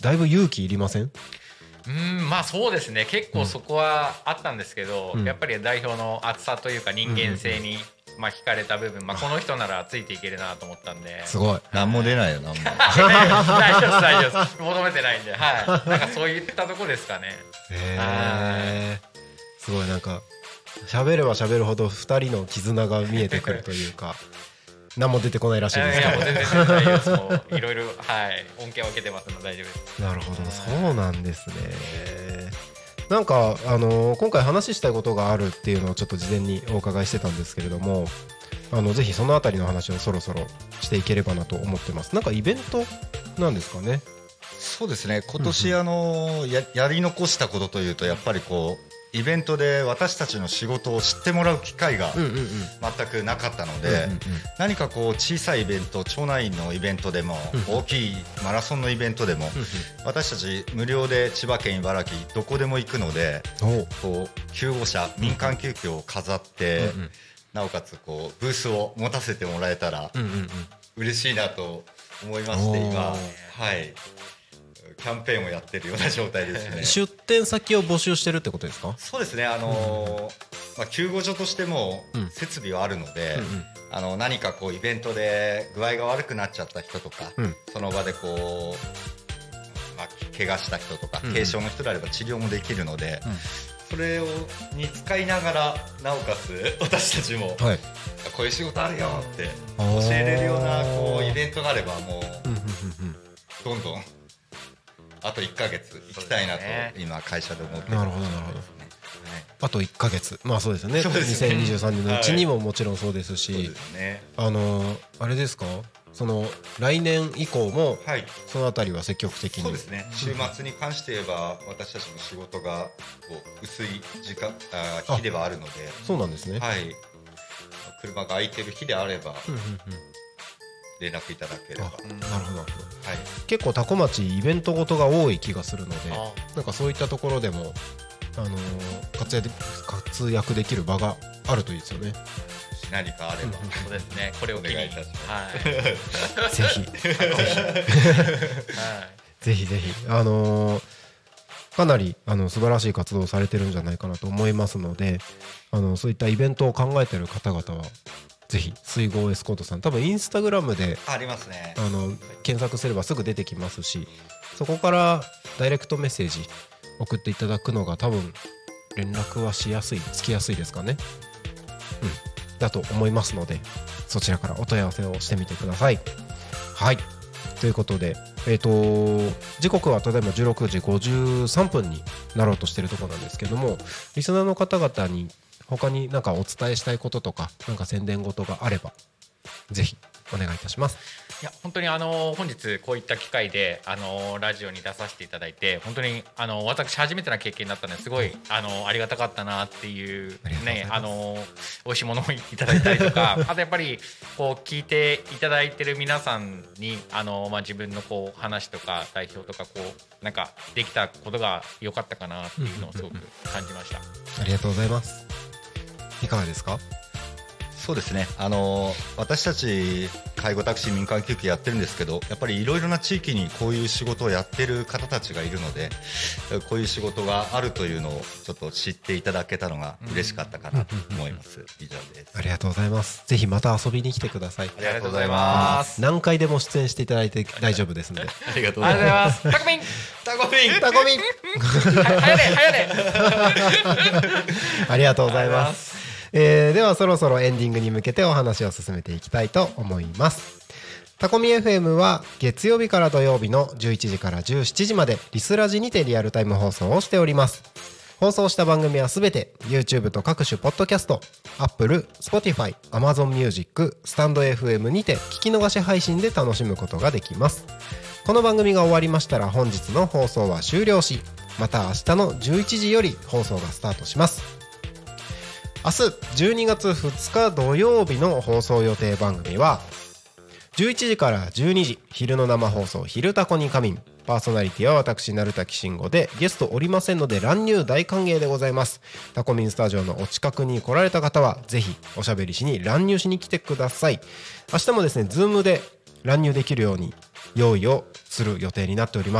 だいぶ勇気いりません？ うんまあそうですね結構そこはあったんですけど、うん、やっぱり代表の厚さというか人間性に、まあ、惹かれた部分、まあ、この人ならついていけるなと思ったんで。 すごい。 何も出ないよ何も大丈夫です大丈夫です求めてないんで、はい、なんかそういったとこですかね。 へーすごいなんか喋れば喋るほどふたりの絆が見えてくるというか何も出てこないらしいですけど。いやもう全然大丈夫ですもういろいろはい恩恵を受けてますので大丈夫です。なるほどそうなんですね。なんかあのー、今回話したいことがあるっていうのをちょっと事前にお伺いしてたんですけれども、あのぜひそのあたりの話をそろそろしていければなと思ってます。なんかイベントなんですかね。 そうですね今年あのー、や, やり残したことというとやっぱりこうイベントで私たちの仕事を知ってもらう機会が全くなかったので、何かこう小さいイベント町内のイベントでも大きいマラソンのイベントでも私たち無料で千葉県茨城どこでも行くので、こう救護車民間救急を飾ってなおかつこうブースを持たせてもらえたら嬉しいなと思いまして今はいキャンペーンをやってるような状態ですね。 出店先を募集してるってことですか？ そうですねあのーまあ、救護所としても設備はあるので、うんうん、あの何かこうイベントで具合が悪くなっちゃった人とか、うん、その場でこう、まあ、怪我した人とか、うん、軽症の人であれば治療もできるので、うん、それをに使いながらなおかつ私たちも、はい、こういう仕事あるよって教えれるようなこうイベントがあればもうどんどんあといっかげつ行きたいなと今会社で思ってる。 なるほどなるほど。あといっかげつまあそうですよね。にせんにじゅうさんねんのうちにももちろんそうですし、あのあれですかその来年以降もそのあたりは積極的に。 そうですね週末に関して言えば私たちの仕事がこう薄い時間あ日ではあるので。 そうなんですね。 はい車が空いてる日であれば連絡いただければ。 なるほど、はい、結構多古町イベントごとが多い気がするのでなんかそういったところでも、あのー、活躍、活躍できる場があるといいですよね。 何かあれば、うん、 そうですねこれをお願いいたします、 はい、ぜひぜひぜひあのー、かなりあの素晴らしい活動をされてるんじゃないかなと思いますので、あのそういったイベントを考えている方々はぜひ水郷エスコートさん多分インスタグラムでありますね。 あの検索すればすぐ出てきますし、そこからダイレクトメッセージ送っていただくのが多分連絡はしやすいつきやすいですかね、うん、だと思いますのでそちらからお問い合わせをしてみてください。はいということで、えーと時刻はただいまじゅうろくじごじゅうさんぷんになろうとしているところなんですけども、リスナーの方々に他に何かお伝えしたいこととかなんか宣伝事があればぜひお願いいたします。 いや本当にあの本日こういった機会であのラジオに出させていただいて本当にあの私初めてな経験になったのですごいあのありがたかったなっていうねあの美味しいものをいただいたりとかあとやっぱりこう聞いていただいてる皆さんにあのまあ自分のこう話とか代表とかこうなんかできたことが良かったかなっていうのをすごく感じました。 ありがとうございます。いかがですか？ そうですねあの私たち介護タクシー民間救急やってるんですけどやっぱりいろいろな地域にこういう仕事をやってる方たちがいるのでこういう仕事があるというのをちょっと知っていただけたのが嬉しかったかなと思います。以上です。 ありがとうございます。ぜひまた遊びに来てください。 ありがとうございます。 何回でも出演していただいて大丈夫ですのでありがとうございます。タコミンタコミンタコミンはやれはやれありがとうございます。えー、ではそろそろエンディングに向けてお話を進めていきたいと思います。タコミ エフエム は月曜日から土曜日のじゅういちじからじゅうしちじまでリスラジにてリアルタイム放送をしております。放送した番組はすべて YouTube と各種ポッドキャスト Apple、Spotify、Amazon Music、スタンド エフエム にて聞き逃し配信で楽しむことができます。この番組が終わりましたら本日の放送は終了しまた明日のじゅういちじより放送がスタートします。明日じゅうにがつふつか土曜日の放送予定番組はじゅういちじからじゅうにじ昼の生放送昼タコに仮眠パーソナリティは私鳴滝慎吾でゲストおりませんので乱入大歓迎でございます。タコミンスタジオのお近くに来られた方はぜひおしゃべりしに乱入しに来てください。明日もですねズームで乱入できるように用意をする予定になっております。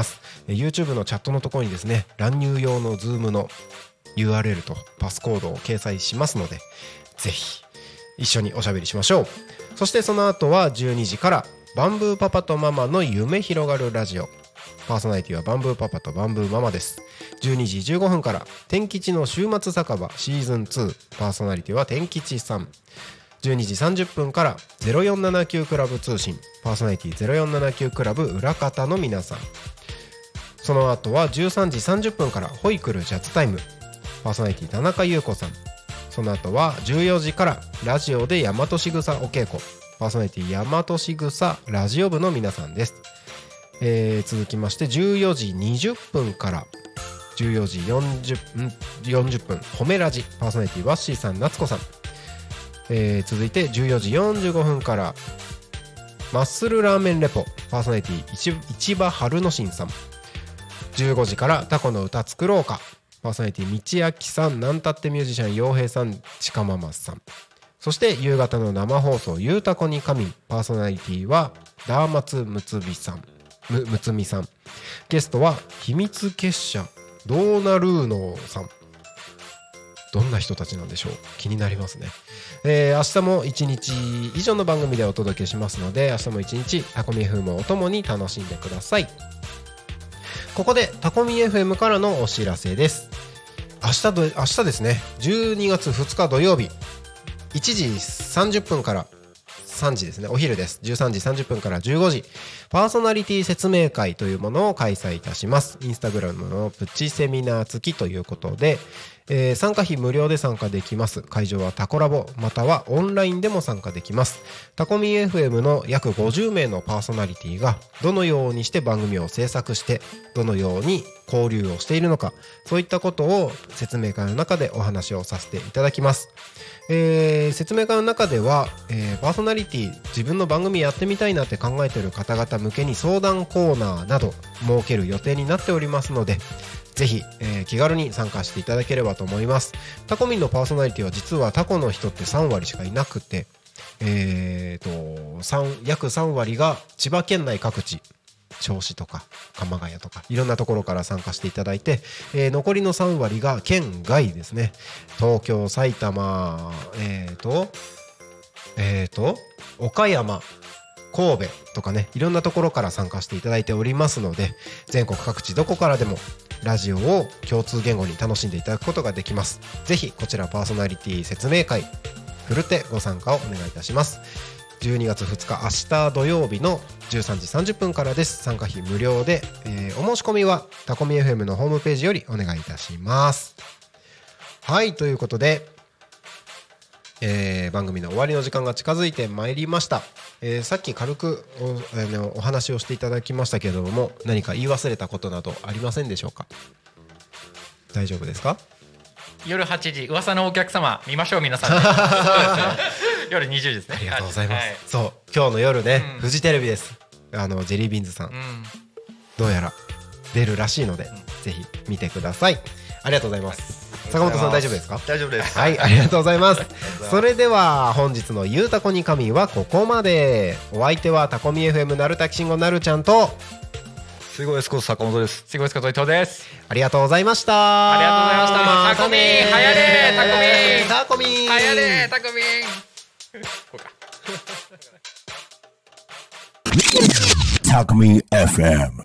えー、YouTube のチャットのところにですね乱入用の Zoom の ユーアールエル とパスコードを掲載しますので、ぜひ一緒におしゃべりしましょう。そしてその後はじゅうにじからバンブーパパとママの夢広がるラジオ。パーソナリティはバンブーパパとバンブーママです。じゅうにじじゅうごふんから天吉の週末酒場シーズンツー。パーソナリティは天吉さん。じゅうにじさんじゅっぷんからゼロよんななきゅうクラブ通信。パーソナリティゼロよんななきゅうクラブ裏方の皆さん。その後はじゅうさんじさんじゅっぷんからホイクルジャズタイム。パーソナリティ田中優子さん。その後はじゅうよじからラジオで大和しぐさお稽古。パーソナリティ大和しぐさラジオ部の皆さんです。えー、続きましてじゅうよじにじゅっぷんからじゅうよじよんじゅっぷん褒めラジ。パーソナリティワッシーさん夏子さん。えー、続いてじゅうよじよんじゅうごふんからマッスルラーメンレポ。パーソナリティ市場春之進さん。じゅうごじからタコの歌作ろうか。パーソナリティ道明さん。なんたってミュージシャン陽平さんちかママさん。そして夕方の生放送ゆうたこに仮眠。パーソナリティはダーマツムツビさんむむつみさん。ゲストは秘密結社ドーナルーノーさん。どんな人たちなんでしょう、気になりますね。えー、明日もいちにち以上の番組でお届けしますので、明日もいちにちタコミ エフエム をおともに楽しんでください。ここでタコミ エフエム からのお知らせです。明日ど明日ですね、じゅうにがつふつか土曜日いちじさんじゅっぷんからさんじですね、お昼です。じゅうさんじさんじゅっぷんからじゅうごじパーソナリティ説明会というものを開催いたします。インスタグラムのプチセミナー付きということで、えー、参加費無料で参加できます。会場はタコラボまたはオンラインでも参加できます。タコミ エフエム の約ごじゅうめいのパーソナリティがどのようにして番組を制作してどのように交流をしているのか、そういったことを説明会の中でお話をさせていただきます。えー、説明会の中では、えー、パーソナリティ自分の番組やってみたいなって考えている方々向けに相談コーナーなど設ける予定になっておりますので、ぜひ、えー、気軽に参加していただければと思います。タコミンのパーソナリティは実はタコの人ってさんわりしかいなくて、えー、とさん約さんわりが千葉県内各地、銚子とか鎌ヶ谷とかいろんなところから参加していただいて、えー、残りのさんわりが県外ですね。東京、埼玉、えーとえーと岡山、神戸とかね、いろんなところから参加していただいておりますので、全国各地どこからでもラジオを共通言語に楽しんでいただくことができます。ぜひこちらパーソナリティ説明会ふるってご参加をお願いいたします。じゅうにがつふつか明日土曜日のじゅうさんじさんじゅっぷんからです。参加費無料で、えー、お申し込みはタコミ エフエム のホームページよりお願いいたします。はい、ということで、えー、番組の終わりの時間が近づいてまいりました。えー、さっき軽く お,、えー、お話をしていただきましたけれども、何か言い忘れたことなどありませんでしょうか。大丈夫ですか。 夜はちじ噂のお客様見ましょう皆さん、ね、夜にじゅうじですね。 ありがとうございます、 はい、 そう今日の夜ね、 うん、 フジテレビです。あのジェリービーンズさん、うん、どうやら出るらしいので、うん、ぜひ見てください。ありがとうございます。坂本さん大丈夫ですか。 大丈夫です。 はい、ありがとうございます。それでは本日のゆうたこに神はここまで。お相手はタコミ エフエム なるたきしんごなるちゃんと水郷エスコース坂本です。 水郷エスコース伊藤です。 ありがとうございました。 ありがとうございました。まあ、タコミン流行れタコミンタコミン流行れタコミンこうかタコミ エフエム